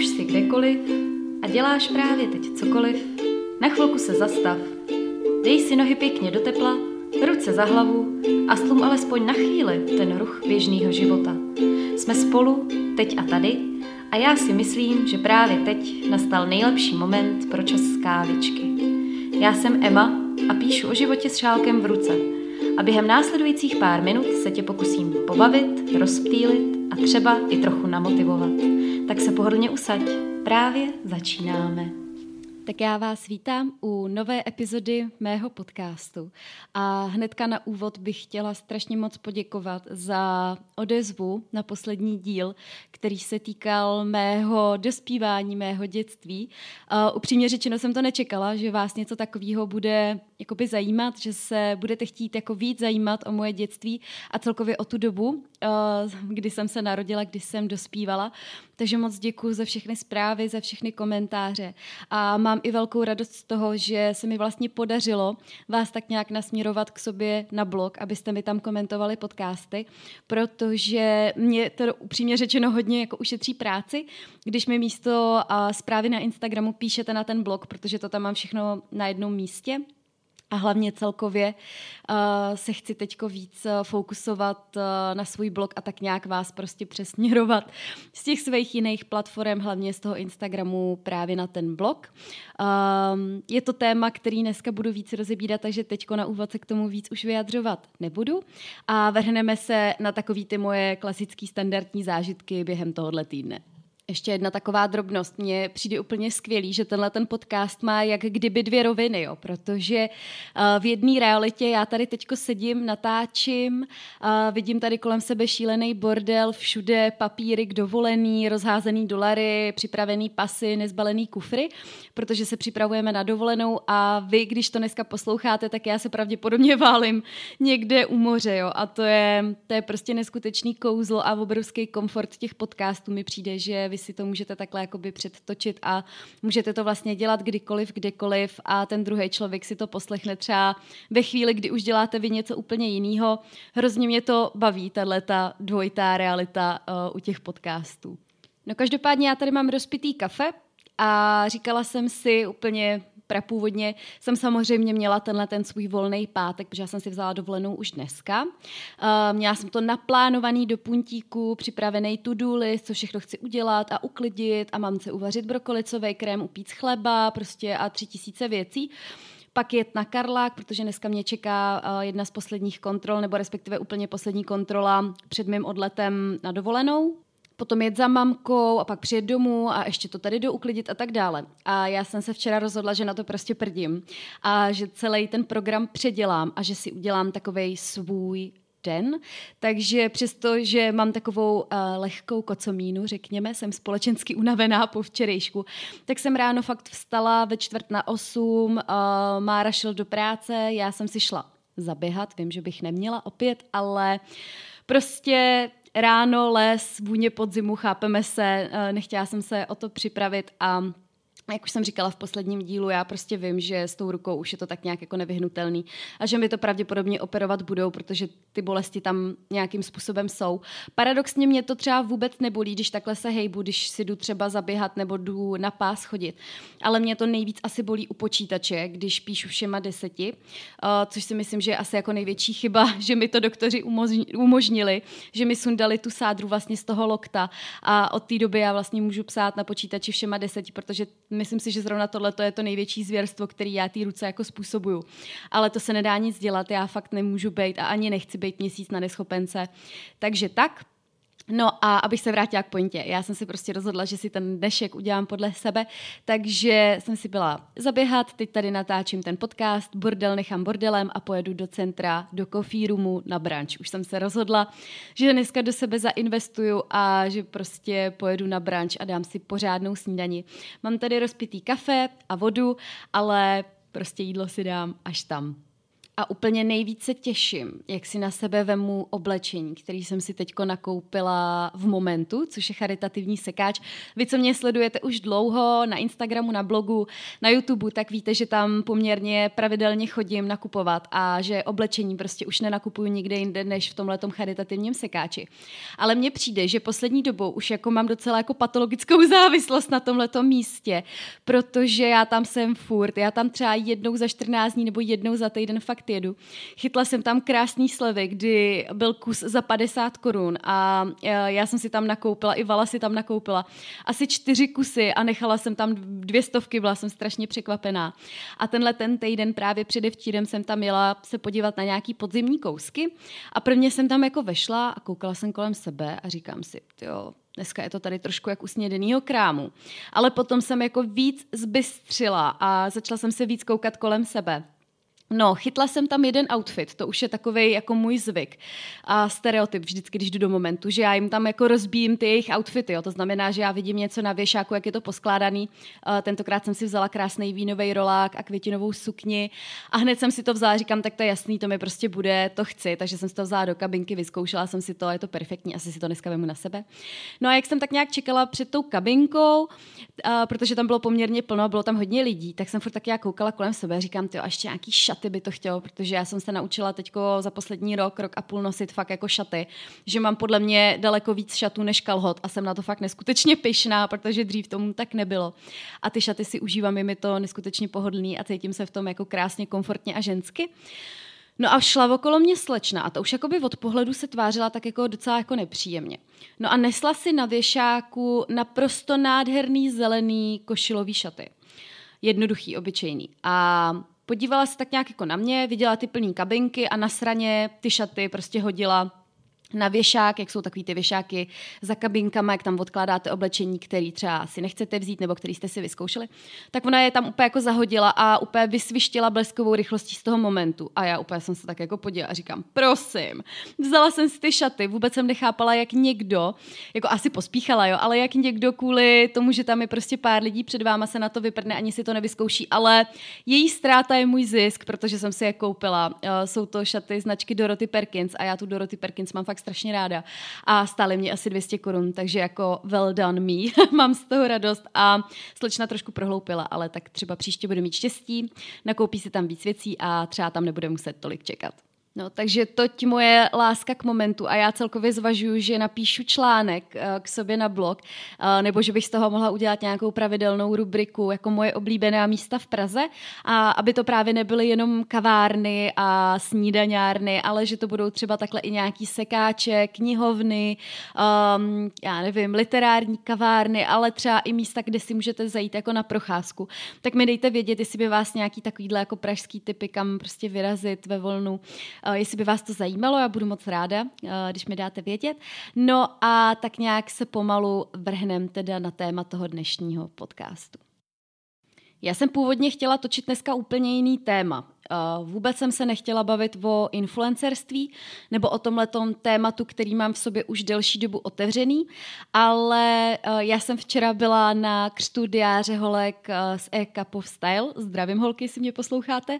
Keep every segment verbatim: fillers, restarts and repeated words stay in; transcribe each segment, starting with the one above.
už jsi kdekoliv a děláš právě teď cokoliv, na chvilku se zastav. Dej si nohy pěkně do tepla, ruce za hlavu a stlum alespoň na chvíli ten ruch běžného života. Jsme spolu, teď a tady, a já si myslím, že právě teď nastal nejlepší moment pro čas kávičky. Já jsem Emma a píšu o životě s šálkem v ruce. A během následujících pár minut se tě pokusím pobavit, rozptýlit a třeba i trochu namotivovat. Tak se pohodlně usaď, právě začínáme. Tak já vás vítám u nové epizody mého podcastu a hnedka na úvod bych chtěla strašně moc poděkovat za odezvu na poslední díl, který se týkal mého dospívání, mého dětství. Uh, upřímně řečeno jsem to nečekala, že vás něco takového bude jakoby zajímat, že se budete chtít jako víc zajímat o moje dětství a celkově o tu dobu, uh, kdy jsem se narodila, kdy jsem dospívala. Takže moc děkuji za všechny zprávy, za všechny komentáře a mám i velkou radost z toho, že se mi vlastně podařilo vás tak nějak nasměrovat k sobě na blog, abyste mi tam komentovali podcasty, protože mě to upřímně řečeno hodně jako ušetří práci, když mi místo uh, zprávy na Instagramu píšete na ten blog, protože to tam mám všechno na jednom místě. A hlavně celkově uh, se chci teďko víc uh, fokusovat uh, na svůj blog a tak nějak vás prostě přesměrovat z těch svých jiných platform, hlavně z toho Instagramu právě na ten blog. Um, je to téma, který dneska budu víc rozebírat, takže teďko na úvod se k tomu víc už vyjadřovat nebudu. A vrhneme se na takový ty moje klasický standardní zážitky během tohohle týdne. Ještě jedna taková drobnost. Mně přijde úplně skvělý, že tenhle ten podcast má jak kdyby dvě roviny, jo, protože uh, v jedné realitě já tady teďko sedím, natáčím, uh, vidím tady kolem sebe šílený bordel, všude papíry k dovolený, rozházený dolary, připravený pasy, nezbalený kufry, protože se připravujeme na dovolenou a vy, když to dneska posloucháte, tak já se pravděpodobně válím někde u moře, jo, a to je, to je prostě neskutečný kouzlo a obrovský komfort těch podcastů mi přijde, že vy si to můžete takhle jakoby předtočit a můžete to vlastně dělat kdykoliv, kdekoliv a ten druhý člověk si to poslechne třeba ve chvíli, kdy už děláte vy něco úplně jiného. Hrozně mě to baví, tahleta dvojitá realita uh, u těch podcastů. No každopádně já tady mám rozpitý kafe a říkala jsem si úplně prapůvodně, jsem samozřejmě měla tenhle ten svůj volný pátek, protože já jsem si vzala dovolenou už dneska. Uh, měla jsem to naplánovaný do puntíku, připravený to-do list, co všechno chci udělat a uklidit a mamce uvařit brokolicový krém, upít chleba prostě a tři tisíce věcí. Pak jet na Karlák, protože dneska mě čeká uh, jedna z posledních kontrol, nebo respektive úplně poslední kontrola před mým odletem na dovolenou. Potom jet za mamkou a pak přijet domů a ještě to tady douklidit a tak dále. A já jsem se včera rozhodla, že na to prostě prdím a že celý ten program předělám a že si udělám takovej svůj den. Takže přesto, že mám takovou uh, lehkou kocomínu, řekněme, jsem společensky unavená po včerejšku, tak jsem ráno fakt vstala ve čtvrt na osm, uh, Mára šel do práce, já jsem si šla zaběhat, vím, že bych neměla opět, ale prostě ráno, les, vůně podzimu, chápeme se, nechtěla jsem se o to připravit a jak už jsem říkala v posledním dílu, já prostě vím, že s tou rukou už je to tak nějak jako nevyhnutelný a že mi to pravděpodobně operovat budou, protože ty bolesti tam nějakým způsobem jsou. Paradoxně mě to třeba vůbec nebolí, když takhle se hejbu, když si jdu třeba zaběhat nebo jdu na pás chodit. Ale mě to nejvíc asi bolí u počítače, když píšu všema deseti, což si myslím, že je asi jako největší chyba, že mi to doktoři umožnili, že mi sundali tu sádru vlastně z toho lokta a od té doby já vlastně můžu psát na počítači všema deseti, protože myslím si, že zrovna tohle je to největší zvěrstvo, který já té ruce jako způsobuju. Ale to se nedá nic dělat, já fakt nemůžu bejt a ani nechci bejt měsíc na neschopence. Takže tak. No a abych se vrátila k pointě, já jsem si prostě rozhodla, že si ten dnešek udělám podle sebe, takže jsem si byla zaběhat, teď tady natáčím ten podcast, bordel nechám bordelem a pojedu do centra, do coffee roomu na brunch. Už jsem se rozhodla, že dneska do sebe zainvestuju a že prostě pojedu na brunch a dám si pořádnou snídani. Mám tady rozpitý kafe a vodu, ale prostě jídlo si dám až tam. A úplně nejvíc se těším, jak si na sebe vemu oblečení, který jsem si teďko nakoupila v Momentu, což je charitativní sekáč. Vy, co mě sledujete už dlouho na Instagramu, na blogu, na YouTube, tak víte, že tam poměrně pravidelně chodím nakupovat a že oblečení prostě už nenakupuju nikde jinde, než v tomhletom charitativním sekáči. Ale mně přijde, že poslední dobou už jako mám docela jako patologickou závislost na tomhletom místě, protože já tam jsem furt, já tam třeba jednou za čtrnáct dní nebo jednou za týden fakt jedu. Chytla jsem tam krásný slevy, kdy byl kus za padesát korun a já jsem si tam nakoupila, i Vala si tam nakoupila asi čtyři kusy a nechala jsem tam dvě stovky, byla jsem strašně překvapená. A tenhle ten týden právě předevčírem jsem tam jela se podívat na nějaký podzimní kousky a prvně jsem tam jako vešla a koukala jsem kolem sebe a říkám si, jo, dneska je to tady trošku jak u snědenýho krámu. Ale potom jsem jako víc zbystřila a začala jsem se víc koukat kolem sebe. No, chytla jsem tam jeden outfit, to už je takovej jako můj zvyk a stereotyp vždycky, když jdu do Momentu, že já jim tam jako rozbíjím ty jejich outfity, jo. To znamená, že já vidím něco na věšáku, jak je to poskládaný. Uh, tentokrát jsem si vzala krásný vínový rolák a květinovou sukni a hned jsem si to vzala, říkám, tak to je jasný, to mi prostě bude, to chci, takže jsem si to vzala do kabinky, vyzkoušela jsem si to, je to perfektní, asi si to dneska vemu na sebe. No a jak jsem tak nějak čekala před tou kabinkou, uh, protože tam bylo poměrně plno, bylo tam hodně lidí, tak jsem furt tak nějak koukala kolem sebe, říkám, ty, a ještě nějaký šat by to chtělo, protože já jsem se naučila teďko za poslední rok, rok a půl nosit fakt jako šaty, že mám podle mě daleko víc šatů než kalhot a jsem na to fakt neskutečně pyšná, protože dřív tomu tak nebylo. A ty šaty si užívám, je mi to neskutečně pohodlný a cítím se v tom jako krásně, komfortně a žensky. No a šla okolo mě slečna a to už jakoby od pohledu se tvářila tak jako docela jako nepříjemně. No a nesla si na věšáku naprosto nádherný zelený košilový šaty. Jednoduchý, obyčejný. A podívala se tak nějak jako na mě, viděla ty plný kabinky a na sraně ty šaty prostě hodila na věšák, jak jsou takový ty věšáky za kabinkama, jak tam odkládáte oblečení, který třeba si nechcete vzít nebo který jste si vyzkoušeli, tak ona je tam úplně jako zahodila a úplně vysvištila bleskovou rychlostí z toho Momentu. A já úplně jsem se tak jako podívala a říkám, prosím, vzala jsem si ty šaty, vůbec jsem nechápala, jak někdo, jako asi pospíchala, jo, ale jak někdo kvůli tomu, že tam je prostě pár lidí před váma, se na to vyprdne, ani si to nevyzkouší, ale její ztráta je můj zisk, protože jsem si je koupila. Jsou to šaty značky Dorothy Perkins a já tu Dorothy Perkins mám fakt strašně ráda a stály mě asi dvě stě korun, takže jako well done me, mám z toho radost a slečna trošku prohloupila, ale tak třeba příště bude mít štěstí, nakoupí si tam víc věcí a třeba tam nebude muset tolik čekat. No, takže toť moje láska k Momentu a já celkově zvažuju, že napíšu článek k sobě na blog, nebo že bych z toho mohla udělat nějakou pravidelnou rubriku jako moje oblíbená místa v Praze a aby to právě nebyly jenom kavárny a snídaňárny, ale že to budou třeba takhle i nějaký sekáče, knihovny, um, já nevím, literární kavárny, ale třeba i místa, kde si můžete zajít jako na procházku. Tak mi dejte vědět, jestli by vás nějaký takovýhle jako pražský typy, kam prostě vyrazit ve volnu, Uh, jestli by vás to zajímalo, já budu moc ráda, uh, když mi dáte vědět. No a tak nějak se pomalu vrhnem teda na téma toho dnešního podcastu. Já jsem původně chtěla točit dneska úplně jiný téma. Uh, vůbec jsem se nechtěla bavit o influencerství nebo o tomhletom tématu, který mám v sobě už delší dobu otevřený, ale uh, já jsem včera byla na křtu diáře holek uh, z A Cup of Style. Zdravím holky, jestli mě posloucháte.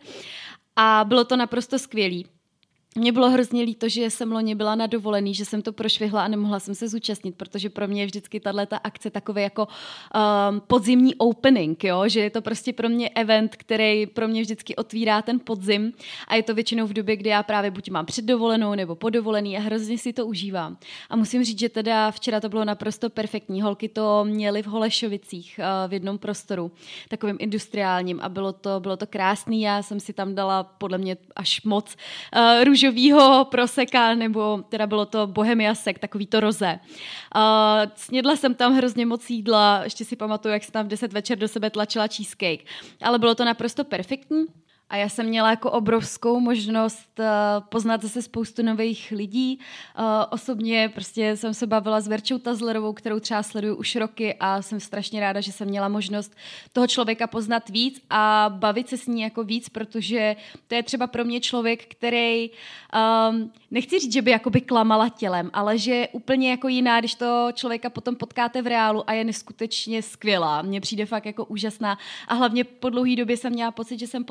A bylo to naprosto skvělý. Mně bylo hrozně líto, že jsem loni byla na dovolený, že jsem to prošvihla a nemohla jsem se zúčastnit, protože pro mě je vždycky tato akce takový jako um, podzimní opening, jo? Že je to prostě pro mě event, který pro mě vždycky otvírá ten podzim a je to většinou v době, kdy já právě buď mám předdovolenou nebo podovolený a hrozně si to užívám. A musím říct, že teda včera to bylo naprosto perfektní. Holky to měly v Holešovicích uh, v jednom prostoru, takovým industriálním a bylo to, bylo to krásný. Já jsem si tam dala podle mě až moc uh, růž růžovýho proseka, nebo teda bylo to Bohemia Sek, takový to rozé. Uh, snědla jsem tam hrozně moc jídla, ještě si pamatuju, jak jsem tam v deset večer do sebe tlačila cheesecake, ale bylo to naprosto perfektní. A já jsem měla jako obrovskou možnost uh, poznat zase spoustu nových lidí. Uh, osobně prostě jsem se bavila s Verčou Tazlerovou, kterou třeba sleduju už roky a jsem strašně ráda, že jsem měla možnost toho člověka poznat víc a bavit se s ní jako víc, protože to je třeba pro mě člověk, který, um, nechci říct, že by jakoby klamala tělem, ale že je úplně jako jiná, když to člověka potom potkáte v reálu a je neskutečně skvělá. Mně přijde fakt jako úžasná a hlavně po dlouhé době jsem měla pocit, že jsem potkala někoho,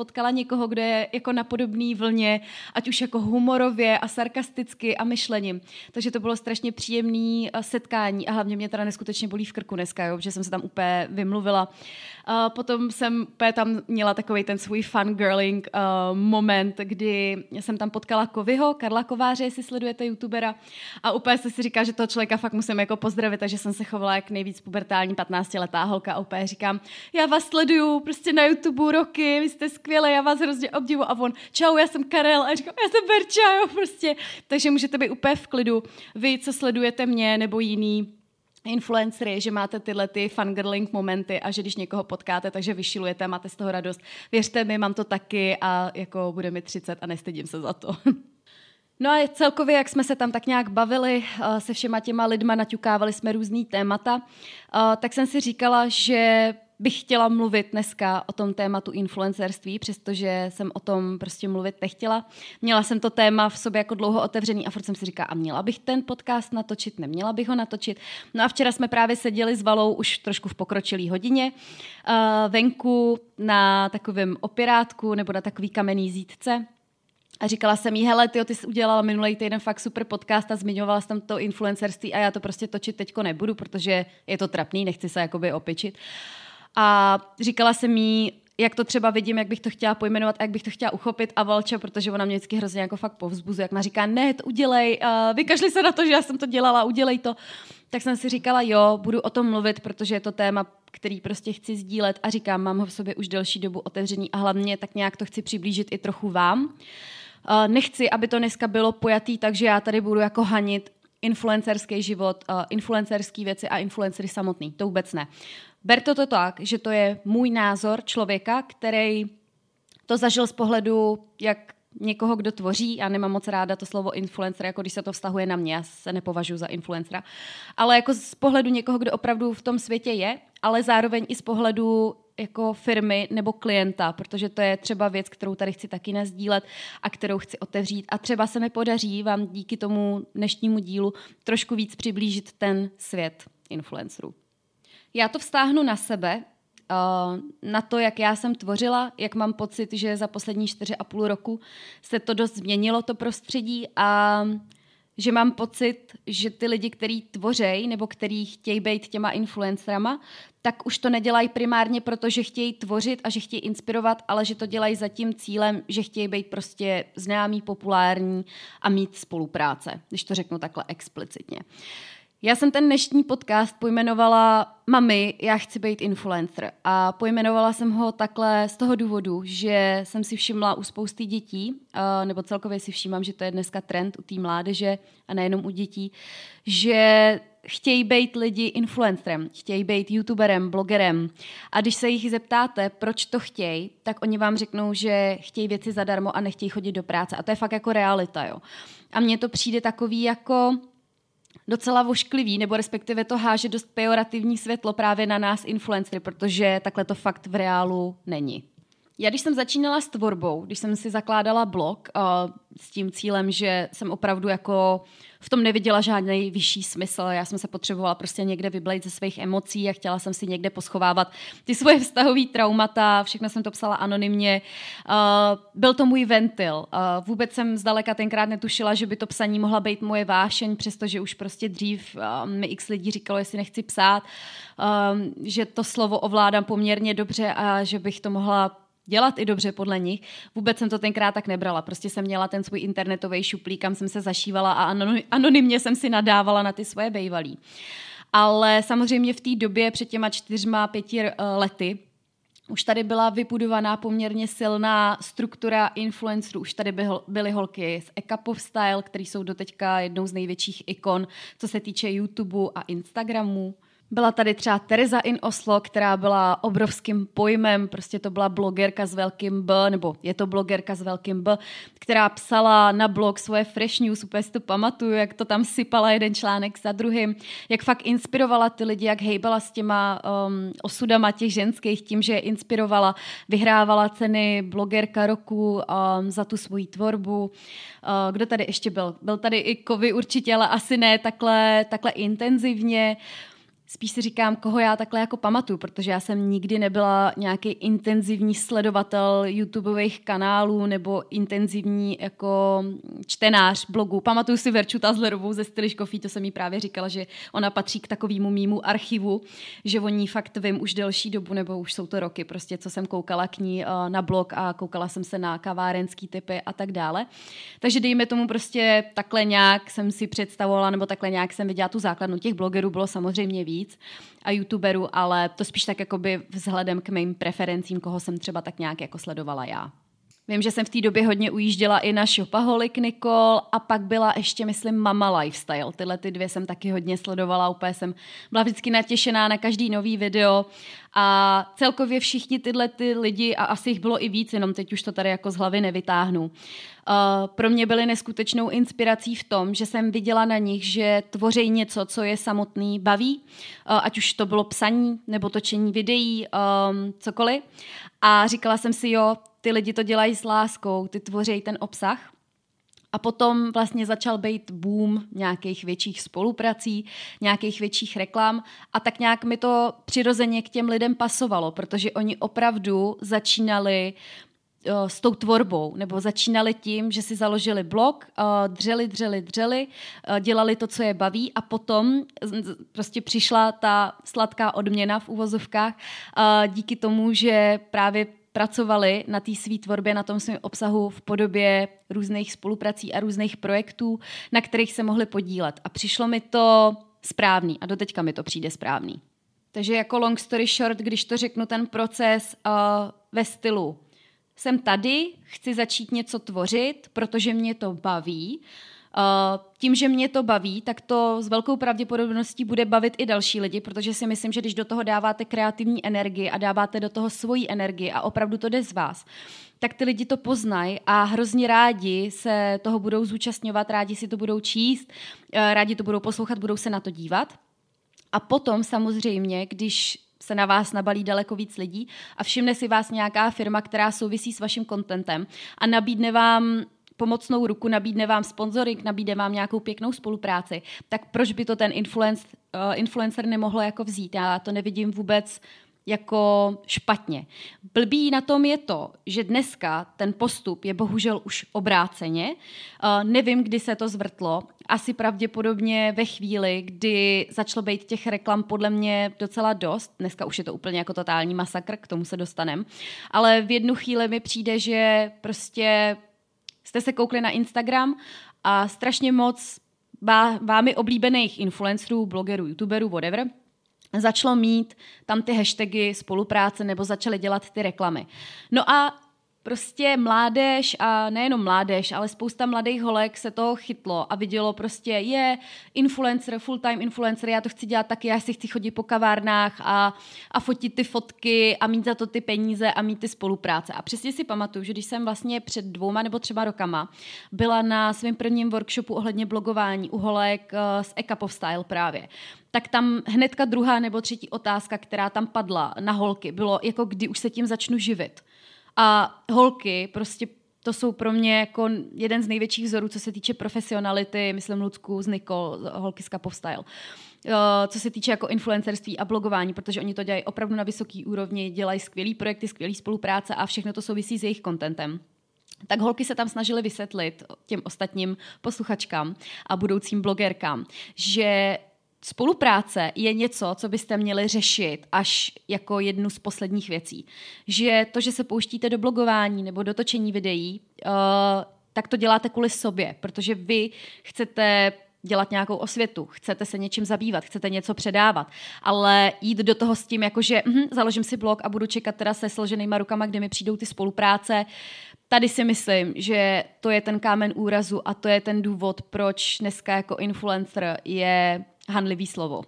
někoho, kdo je jako na podobné vlně, ať už jako humorově a sarkasticky a myšlením. Takže to bylo strašně příjemné setkání a hlavně mě teda neskutečně bolí v krku dneska, jo, že jsem se tam úplně vymluvila. A potom jsem úplně tam měla takovej ten svůj fangirling uh, moment, kdy jsem tam potkala Kovyho, Karla Kováře, jestli sledujete youtubera, a úplně se si říká, že toho člověka fakt musím jako pozdravit, takže jsem se chovala jak nejvíc pubertální patnáctiletá holka a úplně říkám, já vás sleduju prostě na YouTube roky, vy jste skvělé, já vás hrozně obdivu, a on, čau, já jsem Karel, a říkám, já jsem Verča, jo, prostě. Takže můžete být úplně v klidu. Vy, co sledujete mě nebo jiný influencery, že máte tyhle ty fangirling momenty a že když někoho potkáte, takže vyšilujete, máte z toho radost. Věřte mi, mám to taky a jako bude mi třicet a nestydím se za to. No a celkově, jak jsme se tam tak nějak bavili se všema těma lidma, naťukávali jsme různý témata, tak jsem si říkala, že bych chtěla mluvit dneska o tom tématu influencerství, přestože jsem o tom prostě mluvit nechtěla. Měla jsem to téma v sobě jako dlouho otevřený a furt jsem si říkala, a měla bych ten podcast natočit, neměla bych ho natočit. No a včera jsme právě seděli s Valou už trošku v pokročilý hodině venku na takovém opěrátku nebo na takový kamenný zítce. A říkala jsem jí, hele, tyjo, ty jsi udělala minulý týden fakt super podcast a zmiňovala jsi tam to influencerství a já to prostě točit teďko nebudu, protože je to trapný, nechci se jakoby opičit. A říkala jsem jí, jak to třeba vidím, jak bych to chtěla pojmenovat a jak bych to chtěla uchopit, a Valča, protože ona mě vždycky hrozně jako fakt povzbuzuje, jak má říká, ne, to udělej, uh, vykašli se na to, že já jsem to dělala, udělej to. Tak jsem si říkala, jo, budu o tom mluvit, protože je to téma, který prostě chci sdílet, a říkám, mám ho v sobě už delší dobu otevřený a hlavně tak nějak to chci přiblížit i trochu vám. Uh, nechci, aby to dneska bylo pojatý, takže já tady budu jako hanit influencerský život, uh, influencerský věci a influencery samotný. To vůbec ne. Berte to tak, že to je můj názor člověka, který to zažil z pohledu jak někoho, kdo tvoří. Já nemám moc ráda to slovo influencer, jako když se to vztahuje na mě, já se nepovažuji za influencera, ale jako z pohledu někoho, kdo opravdu v tom světě je, ale zároveň i z pohledu jako firmy nebo klienta, protože to je třeba věc, kterou tady chci taky nasdílet a kterou chci otevřít, a třeba se mi podaří vám díky tomu dnešnímu dílu trošku víc přiblížit ten svět influencerů. Já to vztáhnu na sebe, na to, jak já jsem tvořila, jak mám pocit, že za poslední čtyři a půl roku se to dost změnilo, to prostředí, a že mám pocit, že ty lidi, který tvořejí nebo který chtějí být těma influencerama, tak už to nedělají primárně proto, že chtějí tvořit a že chtějí inspirovat, ale že to dělají za tím cílem, že chtějí být prostě známý, populární a mít spolupráce, když to řeknu takhle explicitně. Já jsem ten dnešní podcast pojmenovala Mami, já chci být influencer, a pojmenovala jsem ho takhle z toho důvodu, že jsem si všimla u spousty dětí, nebo celkově si všímám, že to je dneska trend u té mládeže a nejenom u dětí, že chtějí být lidi influencerem, chtějí být youtuberem, blogerem, a když se jich zeptáte, proč to chtějí, tak oni vám řeknou, že chtějí věci zadarmo a nechtějí chodit do práce, a to je fakt jako realita, jo. A mně to přijde takový jako docela vošklivý, nebo respektive to háže dost pejorativní světlo právě na nás influencery, protože takhle to fakt v reálu není. Já když jsem začínala s tvorbou, když jsem si zakládala blog uh, s tím cílem, že jsem opravdu jako v tom neviděla žádný vyšší smysl, já jsem se potřebovala prostě někde vyblejt ze svých emocí a chtěla jsem si někde poschovávat ty svoje vztahové traumata, všechno jsem to psala anonymně. Uh, byl to můj ventil. Uh, vůbec jsem zdaleka tenkrát netušila, že by to psaní mohla být moje vášeň, přestože už prostě dřív uh, mi x lidí říkalo, jestli nechci psát, uh, že to slovo ovládám poměrně dobře a že bych to mohla dělat i dobře podle nich. Vůbec jsem to tenkrát tak nebrala. Prostě jsem měla ten svůj internetový šuplík, kam jsem se zašívala a anonymně jsem si nadávala na ty svoje bejvalí. Ale samozřejmě v té době před těma čtyřma, pěti lety už tady byla vybudovaná poměrně silná struktura influencerů. Už tady byly holky z Ekapov Style, který jsou doteďka jednou z největších ikon, co se týče YouTube a Instagramu. Byla tady třeba Tereza in Oslo, která byla obrovským pojmem, prostě to byla blogerka s velkým B, nebo je to blogerka s velkým B, která psala na blog svoje fresh news, úplně si to pamatuju, jak to tam sypala jeden článek za druhým, jak fakt inspirovala ty lidi, jak hejbala s těma um, osudama těch ženských, tím, že je inspirovala, vyhrávala ceny blogerka roku um, za tu svoji tvorbu. Uh, kdo tady ještě byl? Byl tady i Kovy určitě, ale asi ne takhle, takhle intenzivně. spíš si říkám, koho já takhle jako pamatuju, protože já jsem nikdy nebyla nějaký intenzivní sledovatel YouTubeových kanálů nebo intenzivní jako čtenář blogů. Pamatuju si Verču Tazlerovou ze Stylish Coffee, to jsem jí právě říkala, že ona patří k takovému mýmu archivu, že o ní fakt vím už delší dobu, nebo už jsou to roky, prostě co jsem koukala k ní na blog a koukala jsem se na kavárenský typy a tak dále. Takže dejme tomu prostě takhle nějak jsem si představovala, nebo takhle nějak jsem viděla tu základnu. Těch blogerů bylo samozřejmě víc a youtuberů, ale to spíš tak jakoby vzhledem k mým preferencím, koho jsem třeba tak nějak jako sledovala já. Vím, že jsem v té době hodně ujížděla i na Shopaholic Nicole a pak byla ještě, myslím, Mama Lifestyle. Tyhle ty dvě jsem taky hodně sledovala, úplně jsem byla vždycky natěšená na každý nový video a celkově všichni tyhle ty lidi, a asi jich bylo i víc, jenom teď už to tady jako z hlavy nevytáhnu, Uh, pro mě byly neskutečnou inspirací v tom, že jsem viděla na nich, že tvoří něco, co je samotný baví, uh, ať už to bylo psaní nebo točení videí, um, cokoliv. A říkala jsem si, jo, ty lidi to dělají s láskou, ty tvoří ten obsah. A potom vlastně začal být boom nějakých větších spoluprací, nějakých větších reklam a tak nějak mi to přirozeně k těm lidem pasovalo, protože oni opravdu začínali s tou tvorbou, nebo začínali tím, že si založili blog, dřeli, dřeli, dřeli, dělali to, co je baví a potom prostě přišla ta sladká odměna v uvozovkách díky tomu, že právě pracovali na té své tvorbě, na tom svém obsahu v podobě různých spoluprací a různých projektů, na kterých se mohli podílet. A přišlo mi to správný a doteďka mi to přijde správný. Takže jako long story short, když to řeknu, ten proces uh, ve stylu jsem tady, chci začít něco tvořit, protože mě to baví. Tím, že mě to baví, tak to s velkou pravděpodobností bude bavit i další lidi, protože si myslím, že když do toho dáváte kreativní energii a dáváte do toho svoji energii a opravdu to jde z vás, tak ty lidi to poznají a hrozně rádi se toho budou zúčastňovat, rádi si to budou číst, rádi to budou poslouchat, budou se na to dívat. A potom samozřejmě, když se na vás nabalí daleko víc lidí a všimne si vás nějaká firma, která souvisí s vaším contentem a nabídne vám pomocnou ruku, nabídne vám sponsoring, nabídne vám nějakou pěknou spolupráci, tak proč by to ten influencer, uh, influencer nemohl jako vzít? Já to nevidím vůbec jako špatně. Blbý na tom je to, že dneska ten postup je bohužel už obráceně. Uh, nevím, kdy se to zvrtlo. Asi pravděpodobně ve chvíli, kdy začalo být těch reklam podle mě docela dost. Dneska už je to úplně jako totální masakr, k tomu se dostanem. Ale v jednu chvíli mi přijde, že prostě jste se koukli na Instagram a strašně moc vámi oblíbených influencerů, blogerů, youtuberů, whatever, začalo mít tam ty hashtagy spolupráce nebo začaly dělat ty reklamy. No a prostě mládež a nejenom mládež, ale spousta mladých holek se toho chytlo a vidělo prostě je influencer, full-time influencer, já to chci dělat taky, já si chci chodit po kavárnách a, a fotit ty fotky a mít za to ty peníze a mít ty spolupráce. A přesně si pamatuju, že když jsem vlastně před dvouma nebo třeba rokama byla na svém prvním workshopu ohledně blogování u holek uh, z E-Cup of Style právě, tak tam hnedka druhá nebo třetí otázka, která tam padla na holky, bylo jako kdy už se tím začnu živit. A holky, prostě to jsou pro mě jako jeden z největších vzorů, co se týče profesionality, myslím Lucku z Nicole, holky z E-Cup of Style. Co se týče jako influencerství a blogování, protože oni to dělají opravdu na vysoký úrovni, dělají skvělý projekty, skvělý spolupráce a všechno to souvisí s jejich contentem. Tak holky se tam snažily vysvětlit těm ostatním posluchačkám a budoucím blogerkám, že spolupráce je něco, co byste měli řešit až jako jednu z posledních věcí. Že to, že se pouštíte do blogování nebo do točení videí, uh, tak to děláte kvůli sobě, protože vy chcete dělat nějakou osvětu, chcete se něčím zabývat, chcete něco předávat, ale jít do toho s tím, jakože hm, založím si blog a budu čekat teda se složenýma rukama, kde mi přijdou ty spolupráce. Tady si myslím, že to je ten kámen úrazu a to je ten důvod, proč dneska jako influencer je hanlivý slovo.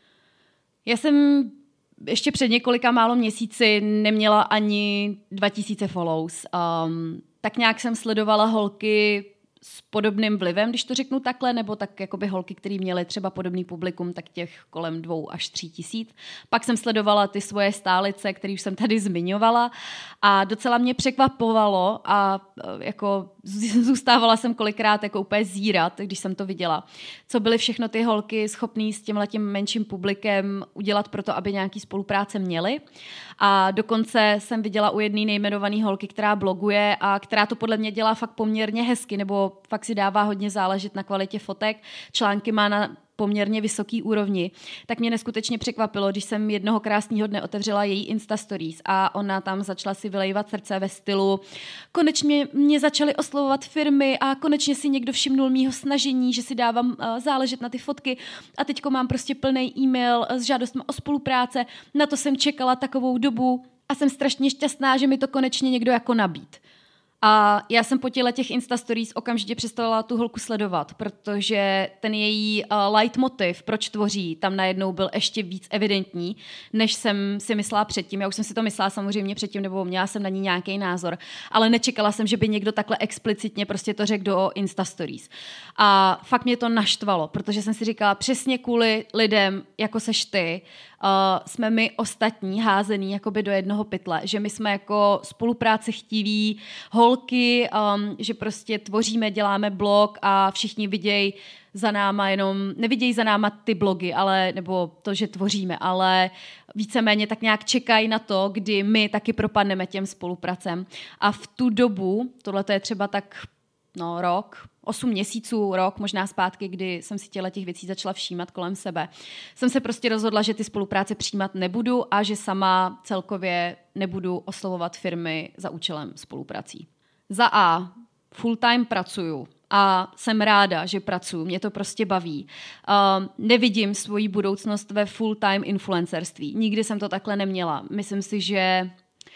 Já jsem ještě před několika málo měsíci neměla ani dva tisíce follows. Um, tak nějak jsem sledovala holky s podobným vlivem, když to řeknu takhle, nebo tak jakoby holky, které měly třeba podobný publikum, tak těch kolem dvou až tří tisíc. Pak jsem sledovala ty svoje stálice, které už jsem tady zmiňovala a docela mě překvapovalo a jako zůstávala jsem kolikrát jako úplně zírat, když jsem to viděla. Co byly všechno ty holky schopný s tímhletím menším publikem udělat pro to, aby nějaký spolupráce měly. A dokonce jsem viděla u jedné nejmenované holky, která bloguje a která to podle mě dělá fakt poměrně hezky, nebo fakt si dává hodně záležet na kvalitě fotek. Články má na poměrně vysoký úrovni, tak mě neskutečně překvapilo, když jsem jednoho krásného dne otevřela její Insta Stories a ona tam začala si vylejvat srdce ve stylu konečně mě začaly oslovovat firmy a konečně si někdo všimnul mýho snažení, že si dávám uh, záležet na ty fotky a teďko mám prostě plný e-mail s žádostmi o spolupráce, na to jsem čekala takovou dobu a jsem strašně šťastná, že mi to konečně někdo jako nabíd. A já jsem po těle těch Insta Stories okamžitě přestala tu holku sledovat, protože ten její uh, leitmotiv, proč tvoří, tam najednou byl ještě víc evidentní, než jsem si myslela předtím. Já už jsem si to myslela samozřejmě předtím, nebo měla jsem na ní nějaký názor, ale nečekala jsem, že by někdo takhle explicitně prostě to řekl do Insta Stories. A fakt mě to naštvalo, protože jsem si říkala, přesně kvůli lidem, jako seš ty, Uh, jsme my ostatní házený jakoby do jednoho pytle, že my jsme jako spolupráce chtiví holky, um, že prostě tvoříme, děláme blog a všichni vidějí za náma jenom, nevidějí za náma ty blogy, ale, nebo to, že tvoříme, ale víceméně tak nějak čekají na to, kdy my taky propadneme těm spolupracem. A v tu dobu, tohle to je třeba tak no, rok, osm měsíců, rok, možná zpátky, kdy jsem si těle těch věcí začala všímat kolem sebe, jsem se prostě rozhodla, že ty spolupráce přijímat nebudu a že sama celkově nebudu oslovovat firmy za účelem spoluprací. Za A, full time pracuju a jsem ráda, že pracuju, mě to prostě baví. Uh, nevidím svoji budoucnost ve full time influencerství. Nikdy jsem to takhle neměla. Myslím si, že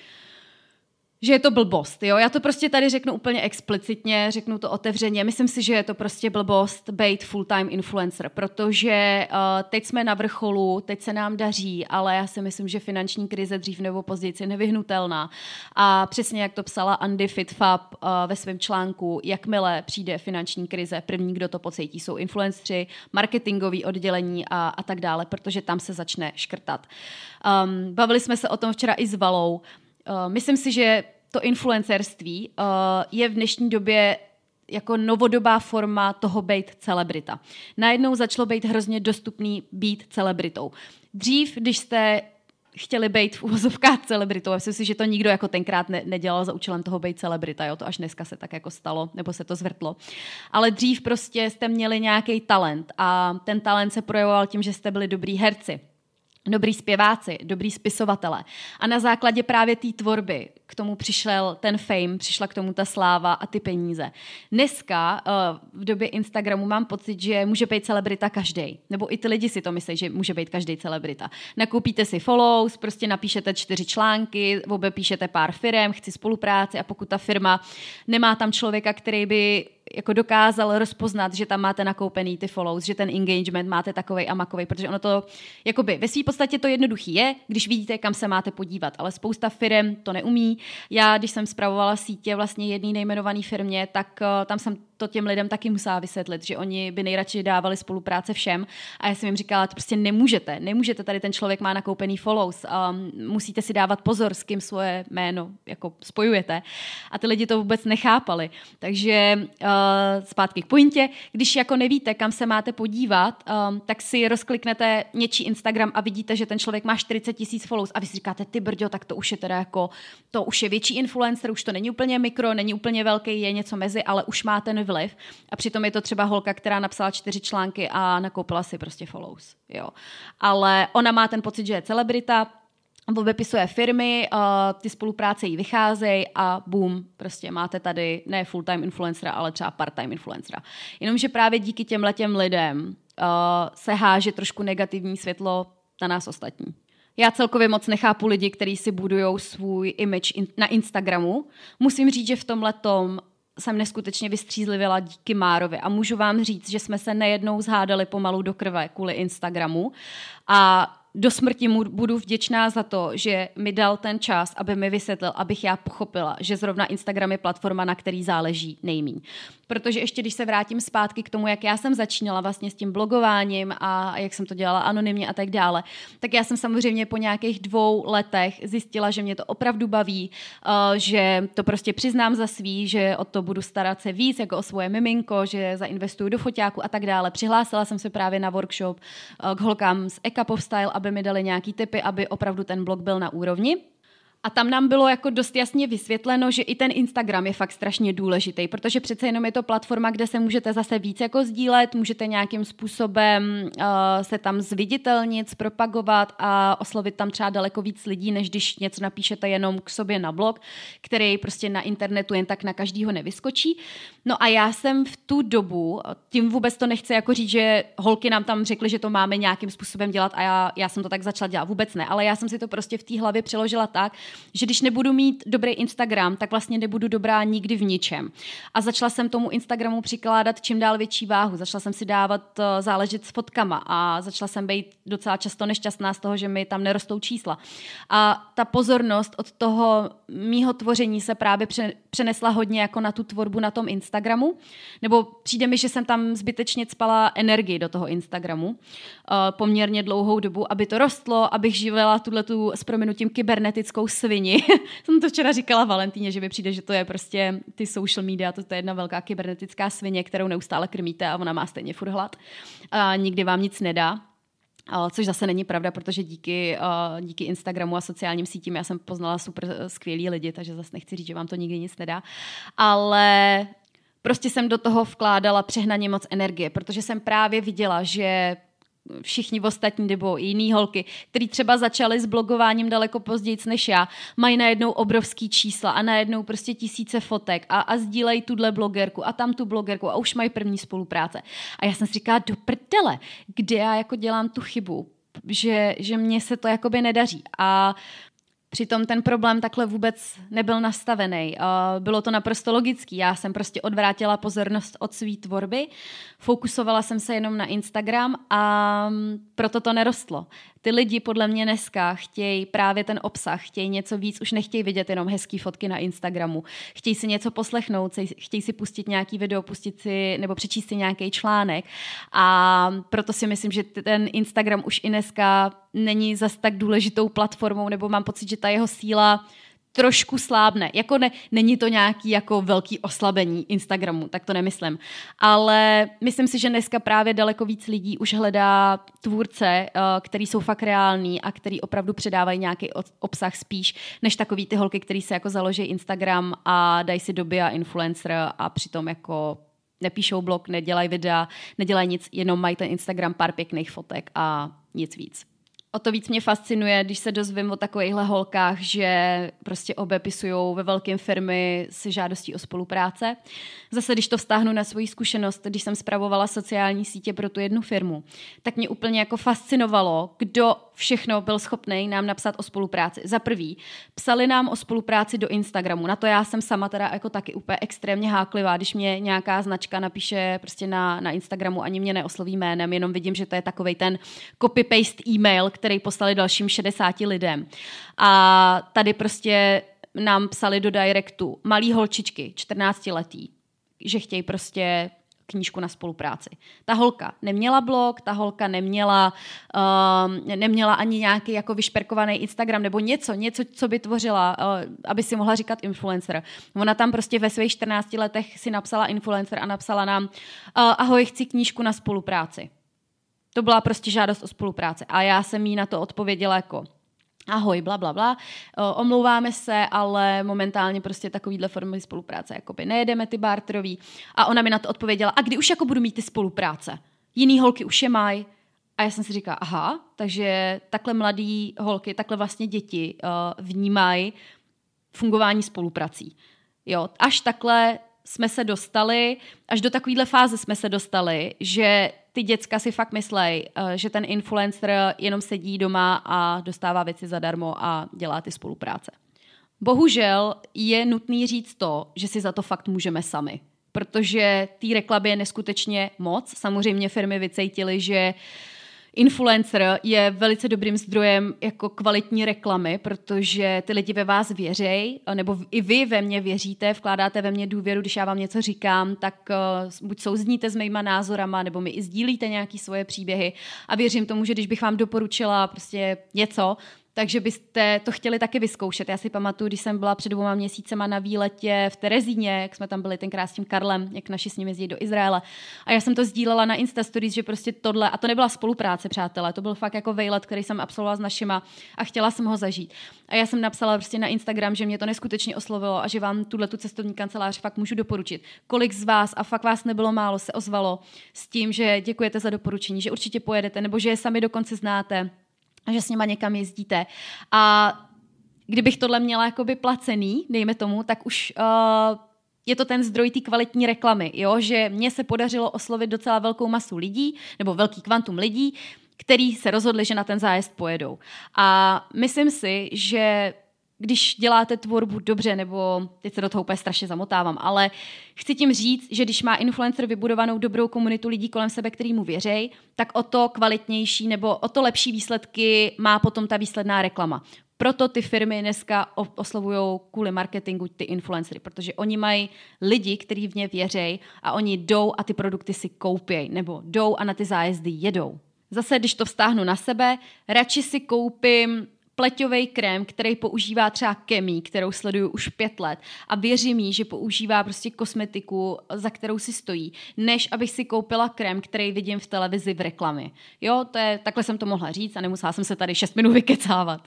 že je to blbost, jo? Já to prostě tady řeknu úplně explicitně, řeknu to otevřeně. Myslím si, že je to prostě blbost být full-time influencer, protože uh, teď jsme na vrcholu, teď se nám daří, ale já si myslím, že finanční krize dřív nebo později je nevyhnutelná. A přesně jak to psala Andy Fitfab uh, ve svém článku, jakmile přijde finanční krize, první, kdo to pocítí, jsou influenceri, marketingový oddělení a, a tak dále, protože tam se začne škrtat. Um, bavili jsme se o tom včera i s Valou. Uh, myslím si, že to influencerství uh, je v dnešní době jako novodobá forma toho být celebrita. Najednou začalo být hrozně dostupný být celebritou. Dřív, když jste chtěli být v uvozovkách celebritou, já myslím si, že to nikdo jako tenkrát ne- nedělal za účelem toho být celebrita, jo? To až dneska se tak jako stalo, nebo se to zvrtlo. Ale dřív prostě jste měli nějaký talent a ten talent se projevoval tím, že jste byli dobrý herci, dobrý zpěváci, dobrý spisovatelé. A na základě právě té tvorby k tomu přišel ten fame, přišla k tomu ta sláva a ty peníze. Dneska uh, v době Instagramu mám pocit, že může být celebrita každej. Nebo i ty lidi si to myslí, že může být každej celebrita. Nakoupíte si follows, prostě napíšete čtyři články, obepíšete pár firem, chci spolupráci a pokud ta firma nemá tam člověka, který by jako dokázal rozpoznat, že tam máte nakoupený ty follows, že ten engagement máte takovej a makovej, protože ono to, jakoby ve své podstatě to jednoduchý je, když vidíte, kam se máte podívat, ale spousta firem to neumí. Já, když jsem spravovala sítě vlastně jedné nejmenované firmě, tak uh, tam jsem to těm lidem taky musela vysvětlit, že oni by nejradši dávali spolupráce všem a já jsem jim říkala, to prostě nemůžete, nemůžete, tady ten člověk má nakoupený follows, um, musíte si dávat pozor, s kým svoje jméno jako spojujete a ty lidi to vůbec nechápali, takže uh, zpátky k pointě, když jako nevíte, kam se máte podívat, um, tak si rozkliknete něčí Instagram a vidíte, že ten člověk má čtyřicet tisíc follows a vy si říkáte, ty brďo, tak to už je teda jako, to už je větší influencer, už to není úplně mikro, není úplně velký, je něco mezi, ale už má ten vliv. A přitom je to třeba holka, která napsala čtyři články a nakoupila si prostě follows. Jo. Ale ona má ten pocit, že je celebrita, obepisuje firmy, uh, ty spolupráce jí vycházejí a boom, prostě máte tady ne full-time influencera, ale třeba part-time influencera. Jenomže právě díky těmhletěm lidem uh, se háže trošku negativní světlo na nás ostatní. Já celkově moc nechápu lidi, kteří si budujou svůj image in- na Instagramu. Musím říct, že v tomhletom jsem neskutečně vystřízlivěla díky Márovi a můžu vám říct, že jsme se nejednou zhádali pomalu do krve kvůli Instagramu a do smrti mu budu vděčná za to, že mi dal ten čas, aby mi vysvětlil, abych já pochopila, že zrovna Instagram je platforma, na který záleží nejmíň. Protože ještě když se vrátím zpátky k tomu, jak já jsem začínala vlastně s tím blogováním a jak jsem to dělala anonymně a tak dále, tak já jsem samozřejmě po nějakých dvou letech zjistila, že mě to opravdu baví, že to prostě přiznám za svý, že o to budu starat se víc, jako o svoje miminko, že zainvestuju do foťáku a tak dále. Přihlásila jsem se právě na workshop k holkám z Eka Pop Style, aby mi dali nějaký tipy, aby opravdu ten blog byl na úrovni. A tam nám bylo jako dost jasně vysvětleno, že i ten Instagram je fakt strašně důležitý, protože přece jenom je to platforma, kde se můžete zase víc jako sdílet, můžete nějakým způsobem uh, se tam zviditelnit, propagovat a oslovit tam třeba daleko víc lidí, než když něco napíšete jenom k sobě na blog, který prostě na internetu jen tak na každýho nevyskočí. No a já jsem v tu dobu, tím vůbec to nechci jako říct, že holky nám tam řekly, že to máme nějakým způsobem dělat a já, já jsem to tak začala dělat, vůbec ne, ale já jsem si to prostě v té hlavě přeložila tak, že když nebudu mít dobrý Instagram, tak vlastně nebudu dobrá nikdy v ničem. A začala jsem tomu Instagramu přikládat čím dál větší váhu. Začala jsem si dávat záležet s fotkama a začala jsem být docela často nešťastná z toho, že mi tam nerostou čísla. A ta pozornost od toho mýho tvoření se právě přenesla hodně jako na tu tvorbu na tom Instagramu. Nebo přijde mi, že jsem tam zbytečně cpala energii do toho Instagramu poměrně dlouhou dobu, aby to rostlo, abych živila tuhletu s prominutím kybernetickou svini. Jsem to včera říkala Valentíně, že mi přijde, že to je prostě ty social media, to, to je jedna velká kybernetická svině, kterou neustále krmíte a ona má stejně furt hlad. A nikdy vám nic nedá. Což zase není pravda, protože díky, díky Instagramu a sociálním sítím já jsem poznala super skvělí lidi, takže zase nechci říct, že vám to nikdy nic nedá. Ale prostě jsem do toho vkládala přehnaně moc energie, protože jsem právě viděla, že všichni ostatní nebo jiný holky, který třeba začaly s blogováním daleko později než já, mají najednou obrovský čísla a najednou prostě tisíce fotek a, a sdílejí tuhle blogerku a tam tu blogerku a už mají první spolupráce. A já jsem si říkala, do prdele, kde já jako dělám tu chybu, že, že mně se to jakoby nedaří. A přitom ten problém takhle vůbec nebyl nastavený. Bylo to naprosto logický. Já jsem prostě odvrátila pozornost od své tvorby, fokusovala jsem se jenom na Instagram a proto to nerostlo. Ty lidi podle mě dneska chtějí právě ten obsah, chtějí něco víc, už nechtějí vidět jenom hezký fotky na Instagramu. Chtějí si něco poslechnout, chtějí si pustit nějaký video, pustit si nebo přečíst si nějaký článek a proto si myslím, že ten Instagram už i dneska není zas tak důležitou platformou, nebo mám pocit, že ta jeho síla trošku slábne. Jako ne, není to nějaký jako velký oslabení Instagramu, tak to nemyslím. Ale myslím si, že dneska právě daleko víc lidí už hledá tvůrce, který jsou fakt reální a který opravdu předávají nějaký obsah spíš, než takový ty holky, který se jako založí Instagram a dají si do bio influencer a přitom jako nepíšou blog, nedělají videa, nedělají nic, jenom mají ten Instagram, pár pěkných fotek a nic víc. O to víc mě fascinuje, když se dozvím o takovýchhle holkách, že prostě obepisujou ve velkém firmy si žádostí o spolupráce. Zase, když to vztáhnu na svoji zkušenost, když jsem spravovala sociální sítě pro tu jednu firmu, tak mě úplně jako fascinovalo, kdo všechno byl schopný nám napsat o spolupráci. Za prvý, psali nám o spolupráci do Instagramu. Na to já jsem sama teda jako taky úplně extrémně háklivá, když mě nějaká značka napíše prostě na, na Instagramu, ani mě neosloví jménem, jenom vidím, že to je takovej ten copy-paste e-mail, který poslali dalším šedesáti lidem. A tady prostě nám psali do directu malý holčičky, čtrnáctiletý, že chtějí prostě knížku na spolupráci. Ta holka neměla blog, ta holka neměla, um, neměla ani nějaký jako vyšperkovaný Instagram nebo něco, něco, co by tvořila, uh, aby si mohla říkat influencer. Ona tam prostě ve svých čtrnácti letech si napsala influencer a napsala nám uh, ahoj, chci knížku na spolupráci. To byla prostě žádost o spolupráci. A já jsem jí na to odpověděla jako ahoj, bla, bla, bla, omlouváme se, ale momentálně prostě takovýhle formy spolupráce jakoby nejedeme ty barterový. A ona mi na to odpověděla, a kdy už jako budu mít ty spolupráce? Jiný holky už je mají. A já jsem si říkala, aha, takže takhle mladý holky, takhle vlastně děti uh, vnímají fungování spoluprací. Jo, až takhle jsme se dostali, až do takovéhle fáze jsme se dostali, že ty děcka si fakt myslej, že ten influencer jenom sedí doma a dostává věci zadarmo a dělá ty spolupráce. Bohužel je nutný říct to, že si za to fakt můžeme sami, protože té reklamy je neskutečně moc. Samozřejmě firmy vycítily, že influencer je velice dobrým zdrojem jako kvalitní reklamy, protože ty lidi ve vás věří, nebo i vy ve mně věříte, vkládáte ve mně důvěru, když já vám něco říkám, tak uh, buď souzníte s mýma názorama, nebo mi i sdílíte nějaký svoje příběhy a věřím tomu, že když bych vám doporučila prostě něco, takže byste to chtěli taky vyzkoušet. Já si pamatuju, když jsem byla před dvouma měsícema na výletě v Terezíně, jak jsme tam byli tenkrát s tím Karlem, jak naši s ním jezdí do Izraele. A já jsem to sdílela na Insta Stories, že prostě tohle, a to nebyla spolupráce, přátelé, to byl fakt jako vejlet, který jsem absolvovala s našima a chtěla jsem ho zažít. A já jsem napsala prostě na Instagram, že mě to neskutečně oslovilo a že vám tuhle tu cestovní kancelář fakt můžu doporučit. Kolik z vás, a fakt vás nebylo málo, se ozvalo s tím, že děkujete za doporučení, že určitě pojedete, nebo že je sami dokonce znáte, že s nima někam jezdíte. A kdybych tohle měla jakoby placený, dejme tomu, tak už uh, je to ten zdroj té kvalitní reklamy, jo? Že mně se podařilo oslovit docela velkou masu lidí, nebo velký kvantum lidí, který se rozhodli, že na ten zájezd pojedou. A myslím si, že když děláte tvorbu dobře, nebo teď se do toho úplně strašně zamotávám, ale chci tím říct, že když má influencer vybudovanou dobrou komunitu lidí kolem sebe, který mu věří, tak o to kvalitnější nebo o to lepší výsledky má potom ta výsledná reklama. Proto ty firmy dneska oslovují kvůli marketingu ty influencery, protože oni mají lidi, kteří v ně věří a oni jdou a ty produkty si koupějí, nebo jdou a na ty zájezdy jedou. Zase, když to vztáhnu na sebe, radši si koupím pleťový krém, který používá třeba Kemi, kterou sleduju už pět let a věřím jí, že používá prostě kosmetiku, za kterou si stojí, než abych si koupila krém, který vidím v televizi v reklamě. Jo, to je, takhle jsem to mohla říct a nemusela jsem se tady šest minut vykecávat.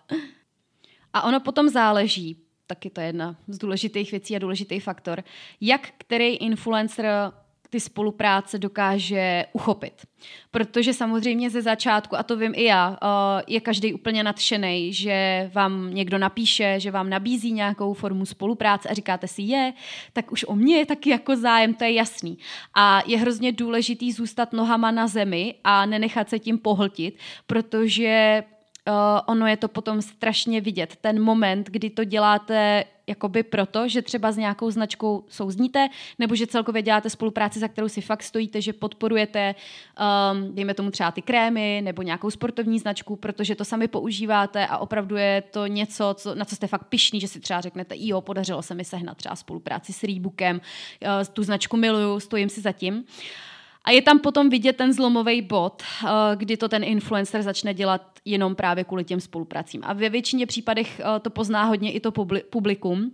A ono potom záleží, taky to je jedna z důležitých věcí a důležitý faktor, jak který influencer ty spolupráce dokáže uchopit. Protože samozřejmě ze začátku, a to vím i já, je každý úplně nadšenej, že vám někdo napíše, že vám nabízí nějakou formu spolupráce a říkáte si je, tak už o mě je taky jako zájem, to je jasný. A je hrozně důležitý zůstat nohama na zemi a nenechat se tím pohltit, protože Uh, ono je to potom strašně vidět. Ten moment, kdy to děláte jakoby proto, že třeba s nějakou značkou souzníte, nebo že celkově děláte spolupráci, za kterou si fakt stojíte, že podporujete, um, dejme tomu třeba ty krémy, nebo nějakou sportovní značku, protože to sami používáte a opravdu je to něco, co, na co jste fakt pyšný, že si třeba řeknete, jo, podařilo se mi sehnat třeba spolupráci s Reebokem, uh, tu značku miluju, stojím si za tím. A je tam potom vidět ten zlomový bod, kdy to ten influencer začne dělat jenom právě kvůli těm spolupracím. A ve většině případech to pozná hodně i to publikum,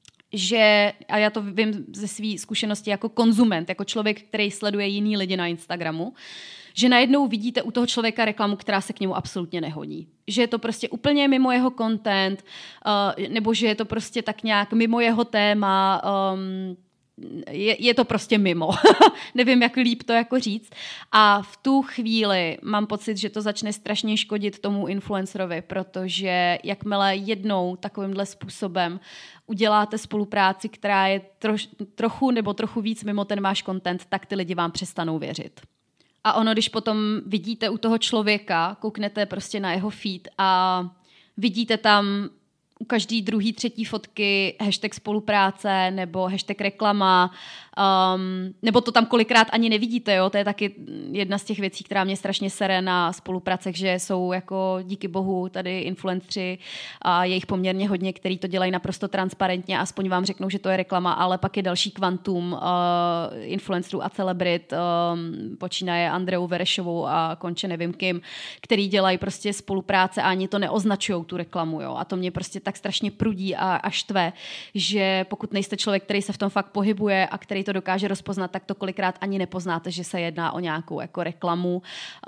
že, a já to vím ze své zkušenosti jako konzument, jako člověk, který sleduje jiný lidi na Instagramu, že najednou vidíte u toho člověka reklamu, která se k němu absolutně nehodí. Že je to prostě úplně mimo jeho content, nebo že je to prostě tak nějak mimo jeho téma, um, Je, je to prostě mimo. Nevím, jak líp to jako říct. A v tu chvíli mám pocit, že to začne strašně škodit tomu influencerovi, protože jakmile jednou takovýmhle způsobem uděláte spolupráci, která je troš, trochu nebo trochu víc mimo ten váš content, tak ty lidi vám přestanou věřit. A ono, když potom vidíte u toho člověka, kouknete prostě na jeho feed a vidíte tam u každý druhý, třetí fotky hashtag spolupráce nebo hashtag reklama, um, nebo to tam kolikrát ani nevidíte, jo? To je taky jedna z těch věcí, která mě strašně sere na spolupracech, že jsou jako díky bohu tady influenceri a je jich poměrně hodně, který to dělají naprosto transparentně, aspoň vám řeknou, že to je reklama, ale pak je další kvantum uh, influencerů a celebrit, um, počínaje Andreou Verešovou a konče nevím kým, který dělají prostě spolupráce a ani to neoznačují tu reklamu, jo? A to mě prostě tak strašně prudí a, a štve, že pokud nejste člověk, který se v tom fakt pohybuje a který to dokáže rozpoznat, tak to kolikrát ani nepoznáte, že se jedná o nějakou jako reklamu.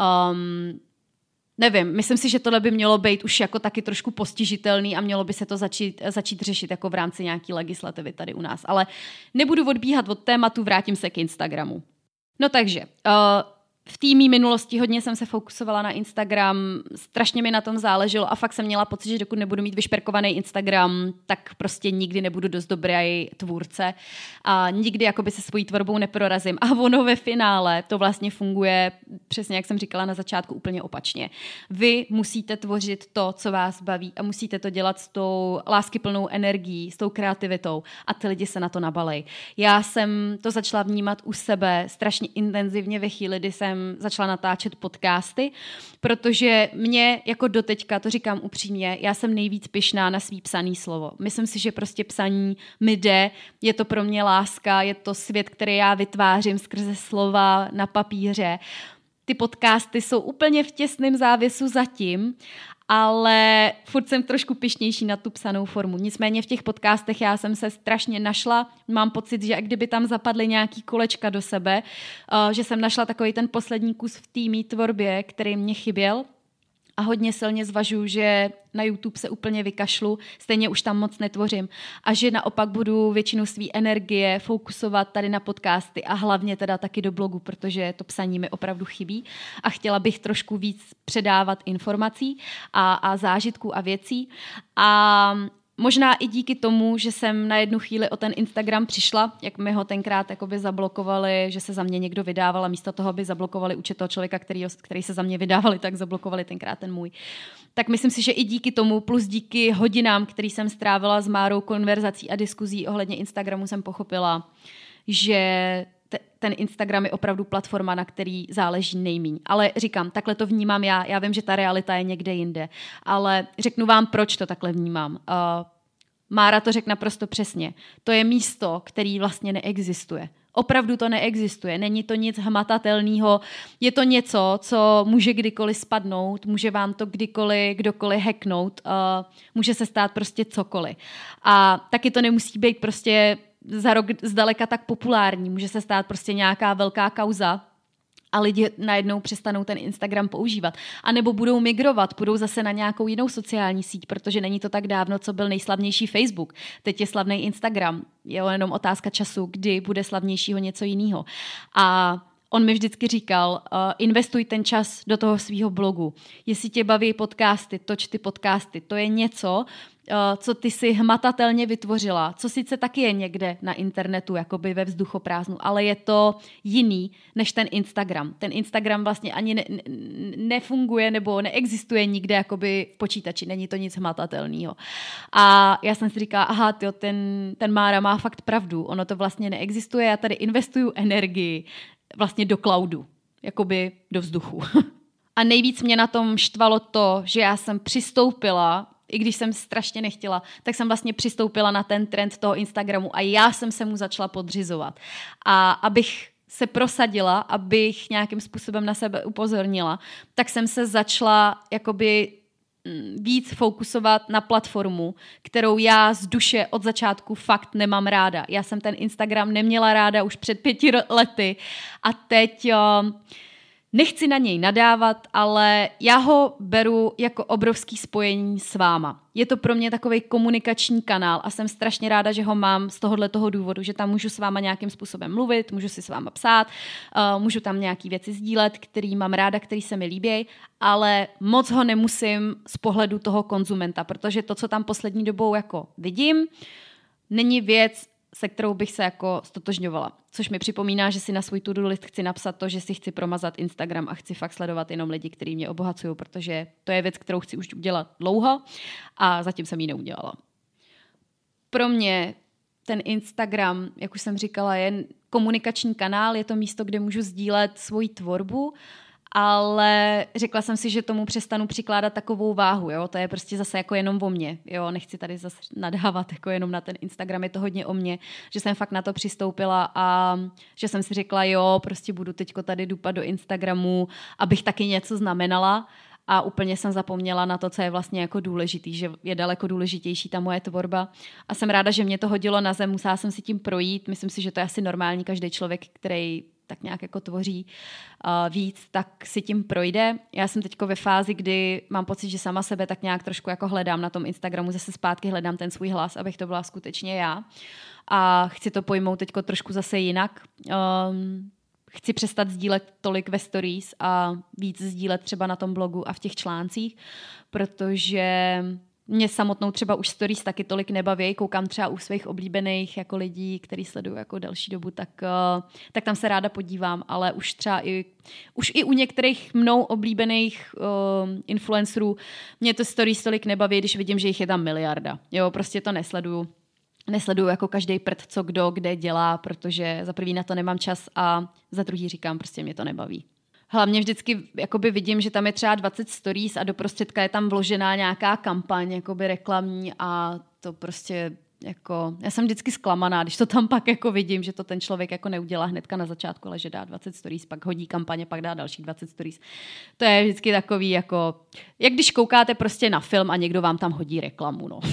Um, nevím, myslím si, že tohle by mělo být už jako taky trošku postižitelný a mělo by se to začít, začít řešit jako v rámci nějaký legislativy tady u nás. Ale nebudu odbíhat od tématu, vrátím se k Instagramu. No takže, uh, v té mý minulosti hodně jsem se fokusovala na Instagram, strašně mi na tom záleželo a fakt jsem měla pocit, že dokud nebudu mít vyšperkovaný Instagram, tak prostě nikdy nebudu dost dobrý tvůrce a nikdy jakoby se svojí tvorbou neprorazím. A ono ve finále to vlastně funguje přesně, jak jsem říkala na začátku, úplně opačně. Vy musíte tvořit to, co vás baví a musíte to dělat s tou láskyplnou energií, s tou kreativitou a ty lidi se na to nabalej. Já jsem to začala vnímat u sebe strašně intenzivně ve chvíli, kdy jsem jsem začala natáčet podcasty, protože mě jako doteďka, to říkám upřímně, já jsem nejvíc pyšná na svý psaný slovo. Myslím si, že prostě psaní mi jde, je to pro mě láska, je to svět, který já vytvářím skrze slova na papíře. Ty podcasty jsou úplně v těsném závěsu zatím, ale furt jsem trošku pyšnější na tu psanou formu. Nicméně v těch podcastech já jsem se strašně našla. Mám pocit, že kdyby tam zapadly nějaký kolečka do sebe, že jsem našla takový ten poslední kus v té mý tvorbě, který mě chyběl. A hodně silně zvažuji, že na YouTube se úplně vykašlu, stejně už tam moc netvořím a že naopak budu většinu své energie fokusovat tady na podcasty a hlavně teda taky do blogu, protože to psaní mi opravdu chybí a chtěla bych trošku víc předávat informací a, a zážitků a věcí a možná i díky tomu, že jsem na jednu chvíli o ten Instagram přišla, jak mi ho tenkrát jakoby zablokovali, že se za mě někdo vydával a místo toho, aby zablokovali účet toho člověka, který, který se za mě vydávali, tak zablokovali tenkrát ten můj. Tak myslím si, že i díky tomu, plus díky hodinám, který jsem strávila s Márou konverzací a diskuzí ohledně Instagramu, jsem pochopila, že ten Instagram je opravdu platforma, na který záleží nejmíň. Ale říkám, takhle to vnímám já. Já vím, že ta realita je někde jinde. Ale řeknu vám, proč to takhle vnímám. Uh, Mára to řekl naprosto přesně. To je místo, který vlastně neexistuje. Opravdu to neexistuje. Není to nic hmatatelného. Je to něco, co může kdykoliv spadnout, může vám to kdykoliv, kdokoliv hacknout. Uh, může se stát prostě cokoliv. A taky to nemusí být prostě za rok zdaleka tak populární. Může se stát prostě nějaká velká kauza a lidi najednou přestanou ten Instagram používat. A nebo budou migrovat, budou zase na nějakou jinou sociální síť, protože není to tak dávno, co byl nejslavnější Facebook. Teď je slavný Instagram. Je jenom otázka času, kdy bude slavnějšího něco jiného. A on mi vždycky říkal, uh, investuj ten čas do toho svého blogu. Jestli tě baví podcasty, toč ty podcasty. To je něco, uh, co ty si hmatatelně vytvořila, co sice taky je někde na internetu, jakoby ve vzduchoprázdnu, ale je to jiný než ten Instagram. Ten Instagram vlastně ani ne, ne, nefunguje nebo neexistuje nikde jakoby v počítači, není to nic hmatatelného. A já jsem si říkala, aha, tyjo, ten, ten Mára má fakt pravdu, ono to vlastně neexistuje, já tady investuju energii vlastně do cloudu, jakoby do vzduchu. A nejvíc mě na tom štvalo to, že já jsem přistoupila, i když jsem strašně nechtěla, tak jsem vlastně přistoupila na ten trend toho Instagramu a já jsem se mu začala podřizovat. A abych se prosadila, abych nějakým způsobem na sebe upozornila, tak jsem se začala jakoby víc fokusovat na platformu, kterou já z duše od začátku fakt nemám ráda. Já jsem ten Instagram neměla ráda už před pěti lety a teď uh, nechci na něj nadávat, ale já ho beru jako obrovský spojení s váma. Je to pro mě takovej komunikační kanál a jsem strašně ráda, že ho mám z tohohle toho důvodu, že tam můžu s váma nějakým způsobem mluvit, můžu si s váma psát, uh, můžu tam nějaký věci sdílet, který mám ráda, který se mi líbí, ale moc ho nemusím z pohledu toho konzumenta, protože to, co tam poslední dobou jako vidím, není věc, se kterou bych se jako stotožňovala. Což mi připomíná, že si na svůj to-do list chci napsat to, že si chci promazat Instagram a chci fakt sledovat jenom lidi, kteří mě obohacují, protože to je věc, kterou chci už udělat dlouho a zatím jsem ji neudělala. Pro mě ten Instagram, jak už jsem říkala, je komunikační kanál, je to místo, kde můžu sdílet svoji tvorbu, ale řekla jsem si, že tomu přestanu přikládat takovou váhu, jo? To je prostě zase jako jenom o mně, jo? Nechci tady zase nadávat jako jenom na ten Instagram, je to hodně o mně, že jsem fakt na to přistoupila a že jsem si řekla, jo, prostě budu teďko tady dupat do Instagramu, abych taky něco znamenala a úplně jsem zapomněla na to, co je vlastně jako důležitý, že je daleko důležitější ta moje tvorba a jsem ráda, že mě to hodilo na zem, musela jsem si tím projít, myslím si, že to je asi normální, každý člověk, který tak nějak jako tvoří uh, víc, tak si tím projde. Já jsem teďko ve fázi, kdy mám pocit, že sama sebe tak nějak trošku jako hledám na tom Instagramu, zase zpátky hledám ten svůj hlas, abych to byla skutečně já. A chci to pojmout teďko trošku zase jinak. Um, chci přestat sdílet tolik ve stories a víc sdílet třeba na tom blogu a v těch článcích, protože mě samotnou třeba už stories taky tolik nebaví, koukám třeba u svých oblíbených jako lidí, který sleduju jako další dobu, tak, uh, tak tam se ráda podívám, ale už třeba i, už i u některých mnou oblíbených uh, influencerů mě to stories tolik nebaví, když vidím, že jich je tam miliarda. Jo, prostě to nesleduju. Nesleduju jako každý prd, co kdo kde dělá, protože za prvý na to nemám čas a za druhý říkám, prostě mě to nebaví. hlavně vždycky jakoby vidím, že tam je třeba dvacet stories a do prostředka je tam vložená nějaká kampaň jakoby reklamní a to prostě jako, já jsem vždycky zklamaná, když to tam pak jako vidím, že to ten člověk jako neudělá hnedka na začátku, ale že dá dvacet stories, pak hodí kampaně, pak dá dalších dvacet stories. To je vždycky takový jako, jak když koukáte prostě na film a někdo vám tam hodí reklamu, no.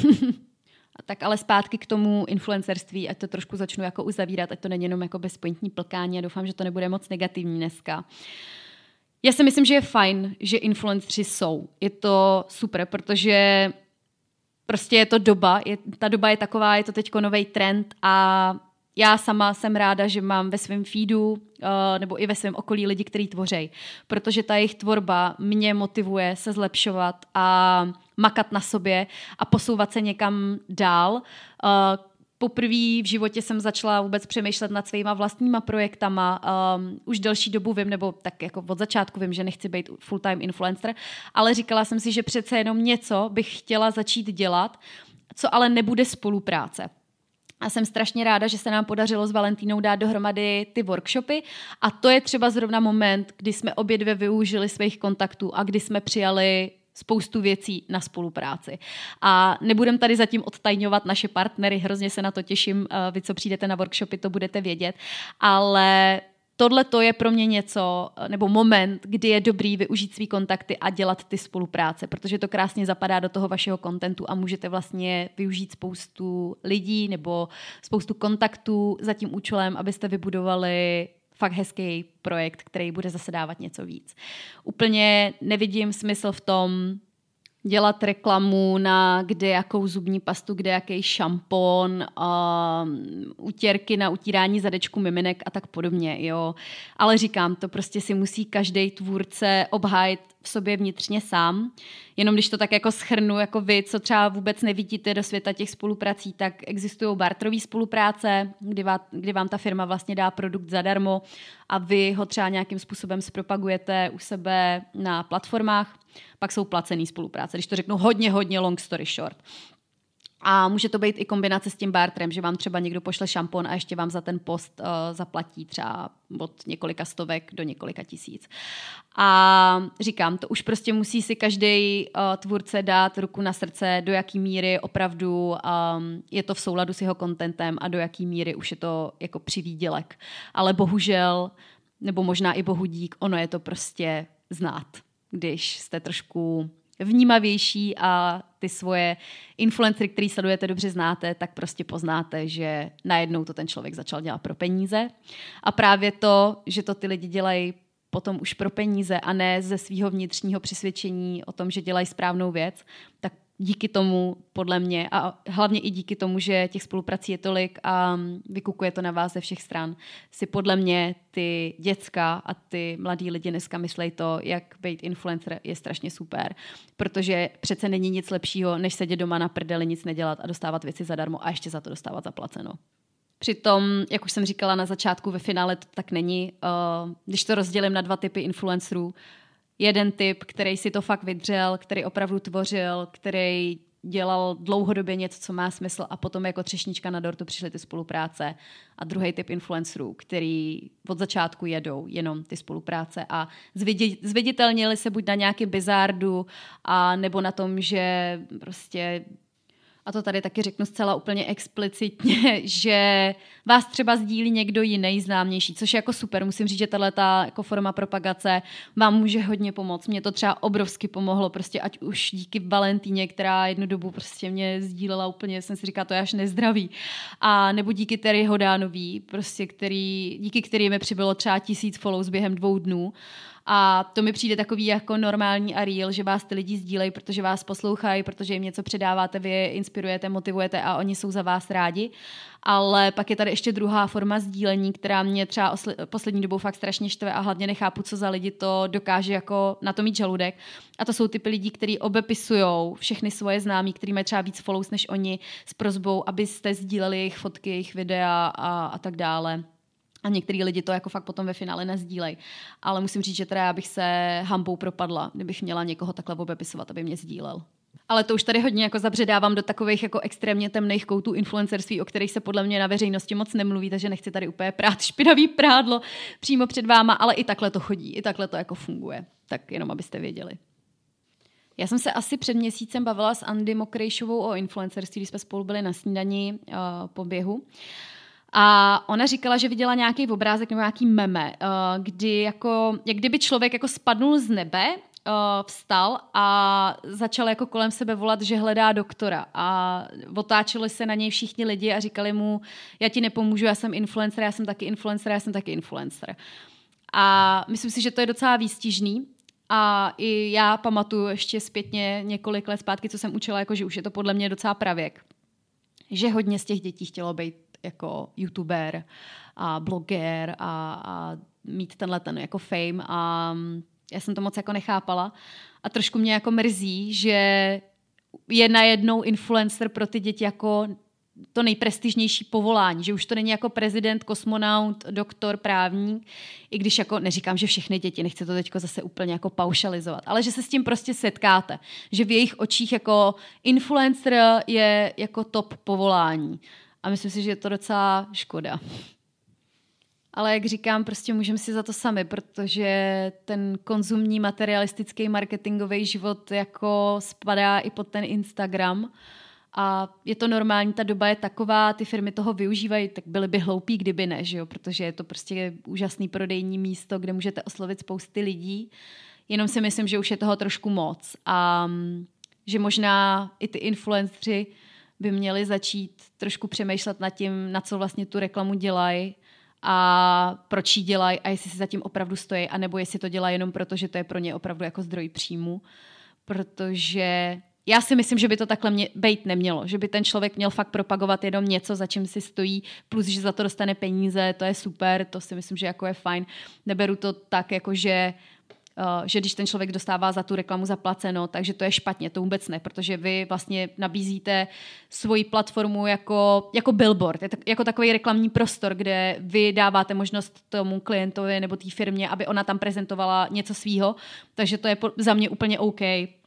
Tak ale zpátky k tomu influencerství, ať to trošku začnu jako uzavírat, ať to není jenom jako bezpointní plkání a doufám, že to nebude moc negativní dneska. Já si myslím, že je fajn, že influenceri jsou. Je to super, protože prostě je to doba, je, ta doba je taková, je to teďko nový trend a já sama jsem ráda, že mám ve svém feedu uh, nebo i ve svém okolí lidi, kteří tvoří, protože ta jejich tvorba mě motivuje se zlepšovat a makat na sobě a posouvat se někam dál. Uh, Poprvé v životě jsem začala vůbec přemýšlet nad svýma vlastníma projektama. Um, už delší dobu vím, nebo tak jako od začátku vím, že nechci být full-time influencer, ale říkala jsem si, že přece jenom něco bych chtěla začít dělat, co ale nebude spolupráce. A jsem strašně ráda, že se nám podařilo s Valentínou dát dohromady ty workshopy a to je třeba zrovna moment, kdy jsme obě dvě využili svých kontaktů a kdy jsme přijali spoustu věcí na spolupráci. A nebudem tady zatím odtajňovat naše partnery, hrozně se na to těším, vy, co přijdete na workshopy, to budete vědět, ale tohle to je pro mě něco, nebo moment, kdy je dobrý využít svý kontakty a dělat ty spolupráce, protože to krásně zapadá do toho vašeho kontentu a můžete vlastně využít spoustu lidí nebo spoustu kontaktů za tím účelem, abyste vybudovali fakt hezký projekt, který bude zase dávat něco víc. Úplně nevidím smysl v tom dělat reklamu na kde jakou zubní pastu, kde jaký šampon, uh, utěrky na utírání zadečku miminek a tak podobně. Jo. Ale říkám, to prostě si musí každý tvůrce obhájit v sobě vnitřně sám. Jenom když to tak jako shrnu, jako vy, co třeba vůbec nevidíte do světa těch spoluprací, tak existují barterové spolupráce, kdy, vám, kdy vám ta firma vlastně dá produkt zadarmo a vy ho třeba nějakým způsobem zpropagujete u sebe na platformách. Pak jsou placený spolupráce, když to řeknu hodně, hodně long story short. A může to být i kombinace s tím barterem, že vám třeba někdo pošle šampon a ještě vám za ten post uh, zaplatí třeba od několika stovek do několika tisíc. A říkám, to už prostě musí si každý uh, tvůrce dát ruku na srdce, do jaký míry opravdu um, je to v souladu s jeho contentem a do jaký míry už je to jako přivýdělek. Ale bohužel, nebo možná i bohu dík, ono je to prostě znát, když jste trošku vnímavější a ty svoje influencery, který sledujete, dobře znáte, tak prostě poznáte, že najednou to ten člověk začal dělat pro peníze. A právě to, že to ty lidi dělají potom už pro peníze a ne ze svého vnitřního přesvědčení o tom, že dělají správnou věc, tak díky tomu, podle mě, a hlavně i díky tomu, že těch spoluprací je tolik a vykukuje to na vás ze všech stran, si podle mě ty děcka a ty mladí lidi dneska myslej to, jak být influencer je strašně super, protože přece není nic lepšího, než sedět doma na prdeli, nic nedělat a dostávat věci zadarmo a ještě za to dostávat zaplaceno. Přitom, jak už jsem říkala na začátku, ve finále to tak není. Když to rozdělím na dva typy influencerů, jeden typ, který si to fakt vydřel, který opravdu tvořil, který dělal dlouhodobě něco, co má smysl a potom jako třešnička na dortu přišly ty spolupráce. A druhý typ influencerů, který od začátku jedou jenom ty spolupráce a zviditelnili se buď na nějaký bizardu a nebo na tom, že prostě, a to tady taky řeknu zcela úplně explicitně, že vás třeba sdílí někdo jiný známější, což je jako super. Musím říct, že tato jako forma propagace vám může hodně pomoct. Mě to třeba obrovsky pomohlo, prostě ať už díky Valentíně, která jednu dobu prostě mě sdílela úplně, jsem si říkala, to je až nezdravý. A nebo díky Terry Hodánový, prostě který, díky který mi přibylo třeba tisíc follows během dvou dnů. A to mi přijde takový jako normální a real, že vás ty lidi sdílejí, protože vás poslouchají, protože jim něco předáváte, vy je inspirujete, motivujete a oni jsou za vás rádi. Ale pak je tady ještě druhá forma sdílení, která mě třeba osl- poslední dobou fakt strašně štve a hlavně nechápu, co za lidi to dokáže jako na to mít žaludek. A to jsou typy lidí, kteří obepisujou všechny svoje známí, kteří mají třeba víc follows než oni, s prosbou, abyste sdíleli jejich fotky, jejich videa a, a tak dále. A některý lidi to jako fakt potom ve finále nezdílej. Ale musím říct, že teda já bych se hanbou propadla, kdybych měla někoho takhle obepisovat, aby mě sdílel. Ale to už tady hodně jako zabředávám do takových jako extrémně temných koutů influencerství, o kterých se podle mě na veřejnosti moc nemluví, takže nechci tady úplně prát špinavý prádlo přímo před váma, ale i takhle to chodí, i takhle to jako funguje. Tak jenom abyste věděli. Já jsem se asi před měsícem bavila s Andy Mokrejšovou o influencerství, když jsme spolu byli na snídani uh, po běhu. A ona říkala, že viděla nějaký obrázek nebo nějaký meme, uh, kdy jako, jak kdyby člověk jako spadnul z nebe, uh, vstal a začal jako kolem sebe volat, že hledá doktora. A otáčeli se na něj všichni lidi a říkali mu, já ti nepomůžu, já jsem influencer, já jsem taky influencer, já jsem taky influencer. A myslím si, že to je docela výstižný. A i já pamatuju ještě zpětně několik let zpátky, co jsem učila, jako, že už je to podle mě docela pravěk. Že hodně z těch dětí chtělo být jako youtuber a bloger a, a mít tenhle ten jako fame a já jsem to moc jako nechápala a trošku mě jako mrzí, že je najednou influencer pro ty děti jako to nejprestižnější povolání, že už to není jako prezident, kosmonaut, doktor, právník, i když jako neříkám, že všechny děti, nechci to teďko zase úplně jako paušalizovat, ale že se s tím prostě setkáte, že v jejich očích jako influencer je jako top povolání. A myslím si, že je to docela škoda. Ale jak říkám, prostě můžeme si za to sami, protože ten konzumní materialistický marketingový život jako spadá i pod ten Instagram a je to normální, ta doba je taková, ty firmy toho využívají, tak byly by hloupí, kdyby ne, že jo? Protože je to prostě úžasný prodejní místo, kde můžete oslovit spousty lidí, jenom si myslím, že už je toho trošku moc a že možná i ty influenceri by měli začít trošku přemýšlet nad tím, na co vlastně tu reklamu dělají a proč ji dělají a jestli si za tím opravdu stojí, anebo jestli to dělají jenom proto, že to je pro ně opravdu jako zdroj příjmu. Protože já si myslím, že by to takhle mě, bejt nemělo, že by ten člověk měl fakt propagovat jenom něco, za čím si stojí, plus, že za to dostane peníze, to je super, to si myslím, že jako je fajn. Neberu to tak, jako že Uh, že když ten člověk dostává za tu reklamu zaplaceno, takže to je špatně, to vůbec ne, protože vy vlastně nabízíte svoji platformu jako, jako billboard, jako takový reklamní prostor, kde vy dáváte možnost tomu klientovi nebo té firmě, aby ona tam prezentovala něco svýho, takže to je za mě úplně OK,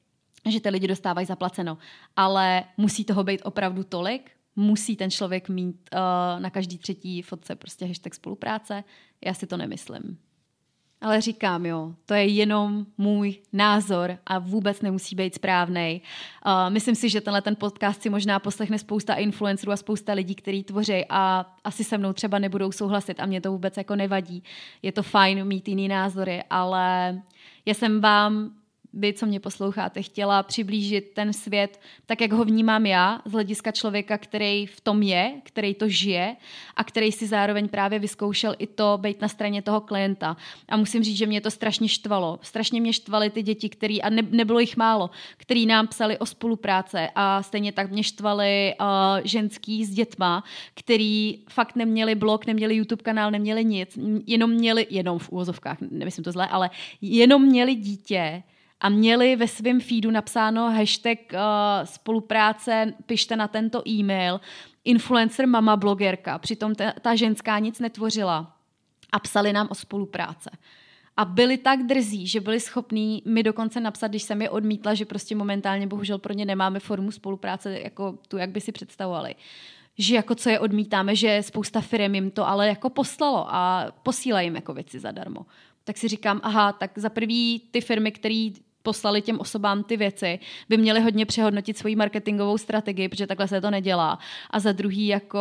že ty lidi dostávají zaplaceno, ale musí toho být opravdu tolik, musí ten člověk mít uh, na každý třetí fotce prostě hashtag spolupráce, já si to nemyslím. Ale říkám, jo, to je jenom můj názor a vůbec nemusí být správnej. Uh, myslím si, že tenhle ten podcast si možná poslechne spousta influencerů a spousta lidí, kteří tvoří a asi se mnou třeba nebudou souhlasit a mě to vůbec jako nevadí. Je to fajn mít jiný názory, ale já jsem vám, vy, co mě posloucháte, chtěla přiblížit ten svět tak, jak ho vnímám já, z hlediska člověka, který v tom je, který to žije a který si zároveň právě vyzkoušel i to být na straně toho klienta. A musím říct, že mě to strašně štvalo. Strašně mě štvaly ty děti, který, a ne, nebylo jich málo, který nám psali o spolupráce a stejně tak mě štvaly uh, ženský s dětma, který fakt neměli blog, neměli YouTube kanál, neměli nic, jenom měli, jenom v úvozovkách, nemyslím to zle, ale jenom měli dítě a měli ve svém feedu napsáno hashtag uh, spolupráce, pište na tento e-mail, influencer mama blogerka, přitom ta, ta ženská nic netvořila a psali nám o spolupráce. A byli tak drzí, že byli schopní mi dokonce napsat, když jsem je odmítla, že prostě momentálně bohužel pro ně nemáme formu spolupráce jako tu, jak by si představovali. Že jako co je odmítáme, že spousta firem jim to ale jako poslalo a posílají jim jako věci zadarmo. Tak si říkám, aha, tak za prvý ty firmy, které poslali těm osobám ty věci, by měly hodně přehodnotit svoji marketingovou strategii, protože takhle se to nedělá. A za druhý, jako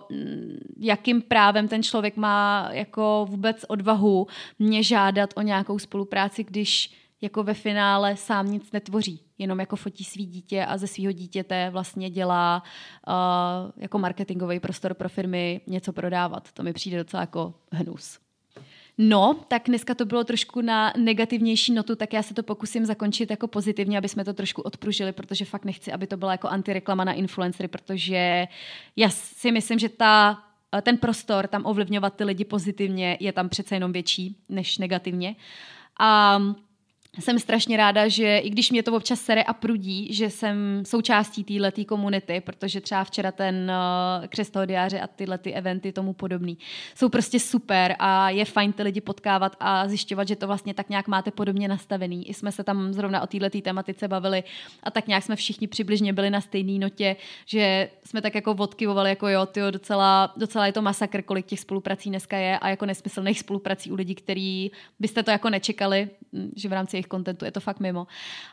jakým právem ten člověk má jako vůbec odvahu mě žádat o nějakou spolupráci, když jako ve finále sám nic netvoří, jenom jako fotí svý dítě a ze svého dítěte vlastně dělá uh, jako marketingový prostor pro firmy něco prodávat. To mi přijde docela jako hnus. No, tak dneska to bylo trošku na negativnější notu, tak já se to pokusím zakončit jako pozitivně, aby jsme to trošku odpružili, protože fakt nechci, aby to byla jako antireklama na influencery, protože já si myslím, že ta, ten prostor tam ovlivňovat ty lidi pozitivně je tam přece jenom větší než negativně. A jsem strašně ráda, že i když mě to občas sere a prudí, že jsem součástí téhletý komunity, protože třeba včera ten uh, křest toho diáře a tyhle ty eventy tomu podobný jsou prostě super a je fajn ty lidi potkávat a zjišťovat, že to vlastně tak nějak máte podobně nastavený. I jsme se tam zrovna o téhletý tematice bavili a tak nějak jsme všichni přibližně byli na stejné notě, že jsme tak jako odkyvovali, jako jo, tyjo, docela, docela je to masakr, kolik těch spoluprací dneska je a jako nesmyslných spoluprací u lidí, který byste to jako nečekali, že v rámci jejich kontentu je to fakt mimo.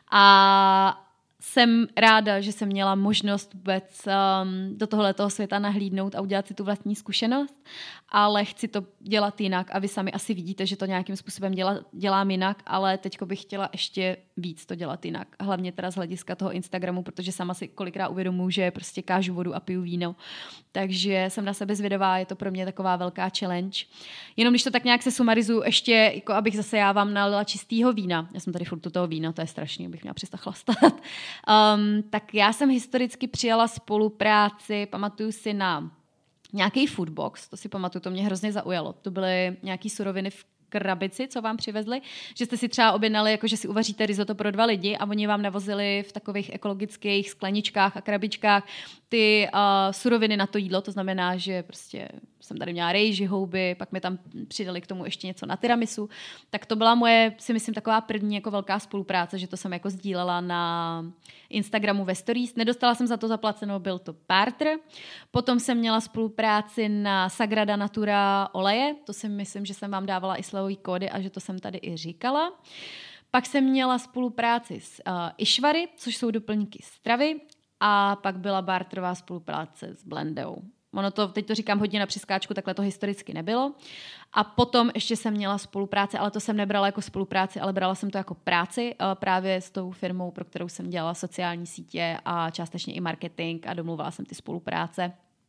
A jsem ráda, že jsem měla možnost vůbec um, do tohoto světa nahlídnout a udělat si tu vlastní zkušenost, ale chci to dělat jinak a vy sami asi vidíte, že to nějakým způsobem děla, dělám jinak, ale teďko bych chtěla ještě víc to dělat jinak. Hlavně teda z hlediska toho Instagramu, protože sama si kolikrát uvědomuji, že prostě kážu vodu a piju víno. Takže jsem na sebe zvědavá, je to pro mě taková velká challenge. Jenom když to tak nějak se sumarizuju, ještě, jako abych zase já vám nalila čistýho vína. Já jsem tady furt u toho vína, to je strašný, abych měla přestat chlastat. Um, tak já jsem historicky přijala spolupráci, pamatuju si na nějaký foodbox, to si pamatuju, to mě hrozně zaujalo. To byly nějaký suroviny v krabici, co vám přivezli, že jste si třeba objednali, jako že si uvaříte risotto pro dva lidi a oni vám navozili v takových ekologických skleničkách a krabičkách ty uh, suroviny na to jídlo, to znamená, že prostě jsem tady měla rejži, houby, pak mi tam přidali k tomu ještě něco na tiramisu, tak to byla moje, si myslím, taková první jako velká spolupráce, že to jsem jako sdílela na Instagramu ve stories. Nedostala jsem za to zaplaceno, byl to barter. Potom jsem měla spolupráci na Sagrada Natura oleje, to si myslím, že jsem vám dávala i slevový kódy a že to jsem tady i říkala. Pak jsem měla spolupráci s uh, Ishvary, což jsou doplňky stravy, a pak byla barterová spolupráce s Blendou. Ono to, teď to říkám hodně na přeskáčku, takhle to historicky nebylo. A potom ještě jsem měla spolupráci, ale to jsem nebrala jako spolupráci, ale brala jsem to jako práci právě s tou firmou, pro kterou jsem dělala sociální sítě a částečně i marketing a domluvala jsem ty spolupráce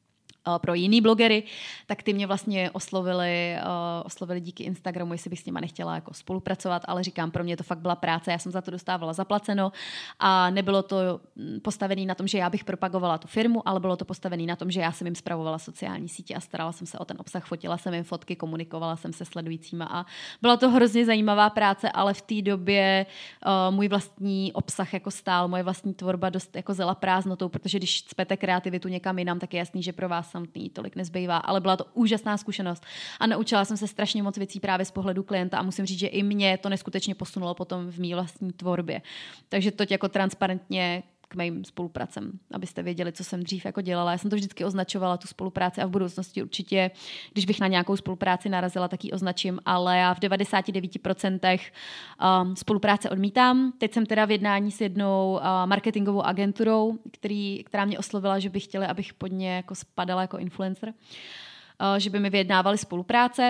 pro jiný blogery, tak ty mě vlastně oslovili, uh, oslovili díky Instagramu, jestli bych s nima nechtěla jako spolupracovat, ale říkám, pro mě to fakt byla práce, já jsem za to dostávala zaplaceno a nebylo to postavené na tom, že já bych propagovala tu firmu, ale bylo to postavené na tom, že já jsem jim spravovala sociální sítě a starala jsem se o ten obsah, fotila jsem jim fotky, komunikovala jsem se sledujícíma a byla to hrozně zajímavá práce, ale v té době uh, můj vlastní obsah jako stál, moje vlastní tvorba dost jako zela prázdnotou, protože když cpete kreativitu někam jinam, tak je jasný, že pro vás samotný tolik nezbývá, ale byla to úžasná zkušenost a naučila jsem se strašně moc věcí právě z pohledu klienta a musím říct, že i mě to neskutečně posunulo potom v mý vlastní tvorbě. Takže to jako transparentně k mým spolupracem, abyste věděli, co jsem dřív jako dělala. Já jsem to vždycky označovala, tu spolupráci a v budoucnosti určitě, když bych na nějakou spolupráci narazila, tak ji označím, ale já v devadesát devět procent um, spolupráce odmítám. Teď jsem teda v jednání s jednou uh, marketingovou agenturou, který, která mě oslovila, že by chtěli, abych pod ně jako spadala jako influencer, uh, že by mi vyjednávali spolupráce.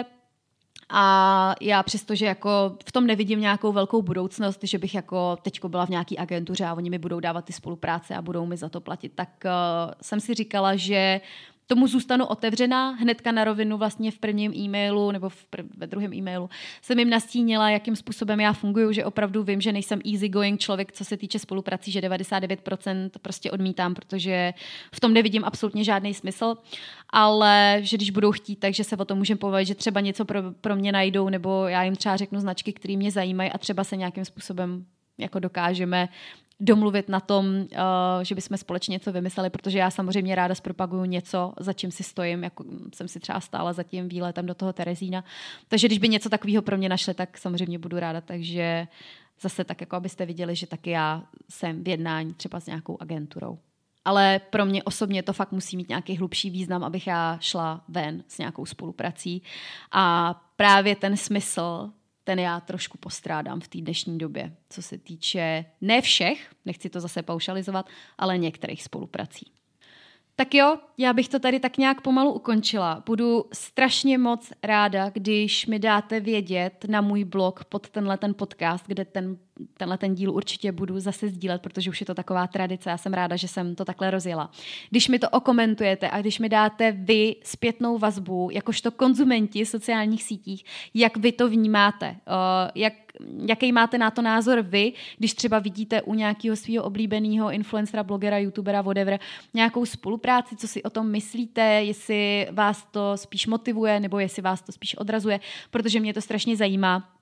A já přestože jako v tom nevidím nějakou velkou budoucnost, že bych jako teďko byla v nějaký agentuře a oni mi budou dávat ty spolupráce a budou mi za to platit, tak uh, jsem si říkala, že tomu zůstanu otevřená. Hnedka na rovinu vlastně v prvním e-mailu nebo v prv, ve druhém e-mailu jsem jim nastínila, jakým způsobem já funguju, že opravdu vím, že nejsem easy going člověk, co se týče spoluprací, že devadesát devět procent prostě odmítám, protože v tom nevidím absolutně žádný smysl, ale že když budou chtít, takže se o tom můžeme povědět, že třeba něco pro, pro mě najdou, nebo já jim třeba řeknu značky, které mě zajímají a třeba se nějakým způsobem jako dokážeme domluvit na tom, uh, že bychom společně něco vymysleli, protože já samozřejmě ráda zpropaguju něco, za čím si stojím, jako jsem si třeba stála za tím výletem do toho Terezína. Takže když by něco takového pro mě našli, tak samozřejmě budu ráda, takže zase tak, jako abyste viděli, že taky já jsem v jednání třeba s nějakou agenturou. Ale pro mě osobně to fakt musí mít nějaký hlubší význam, abych já šla ven s nějakou spoluprací. A právě ten smysl, ten já trošku postrádám v té dnešní době, co se týče ne všech, nechci to zase paušalizovat, ale některých spoluprací. Tak jo, já bych to tady tak nějak pomalu ukončila. Budu strašně moc ráda, když mi dáte vědět na můj blog pod tenhle ten podcast, kde ten, tenhle ten díl určitě budu zase sdílet, protože už je to taková tradice. Já jsem ráda, že jsem to takhle rozjela. Když mi to okomentujete a když mi dáte vy zpětnou vazbu, jakožto konzumenti sociálních sítích, jak vy to vnímáte, uh, jak jaký máte na to názor vy, když třeba vidíte u nějakého svého oblíbeného influencera, blogera, youtubera, whatever, nějakou spolupráci, co si o tom myslíte, jestli vás to spíš motivuje, nebo jestli vás to spíš odrazuje, protože mě to strašně zajímá.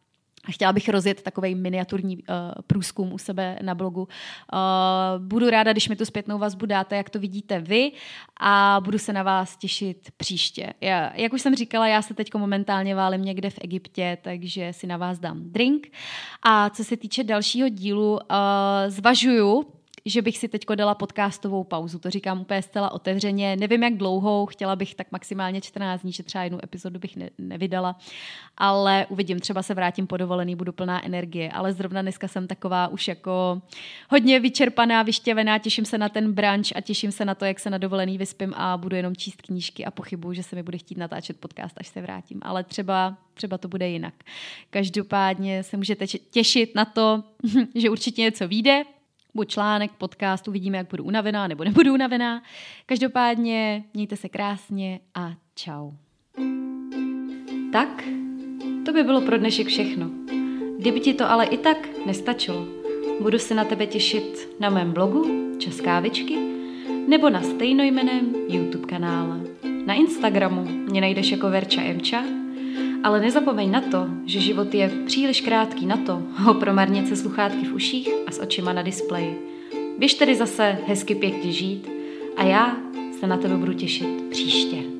A chtěla bych rozjet takovej miniaturní uh, průzkum u sebe na blogu. Uh, budu ráda, když mi tu zpětnou vazbu dáte, jak to vidíte vy a budu se na vás těšit příště. Já, jak už jsem říkala, já se teď momentálně válím někde v Egyptě, takže si na vás dám drink. A co se týče dalšího dílu, uh, zvažuju, že bych si teďko dala podcastovou pauzu. To říkám úplně zcela otevřeně. Nevím, jak dlouhou, chtěla bych tak maximálně čtrnáct dní, že třeba jednu epizodu bych ne- nevydala, ale uvidím, třeba se vrátím po dovolený, budu plná energie, ale zrovna dneska jsem taková už jako hodně vyčerpaná, vyštěvená, těším se na ten brunch a těším se na to, jak se na dovolený vyspím a budu jenom číst knížky a pochybuju, že se mi bude chtít natáčet podcast, až se vrátím, ale třeba, třeba to bude jinak. Každopádně se můžete těšit na to, že určitě něco vyjde. Buď článek, podcast, uvidíme, jak budu unavená nebo nebudu unavená. Každopádně mějte se krásně a čau. Tak, to by bylo pro dnešek všechno. Kdyby ti to ale i tak nestačilo, budu se na tebe těšit na mém blogu Čas kávičky nebo na stejnojmenném YouTube kanále. Na Instagramu mě najdeš jako Verča Emča, ale nezapomeň na to, že život je příliš krátký na to ho promarnit se sluchátky v uších a s očima na displeji. Běž tedy zase hezky pěkně žít a já se na tebe budu těšit příště.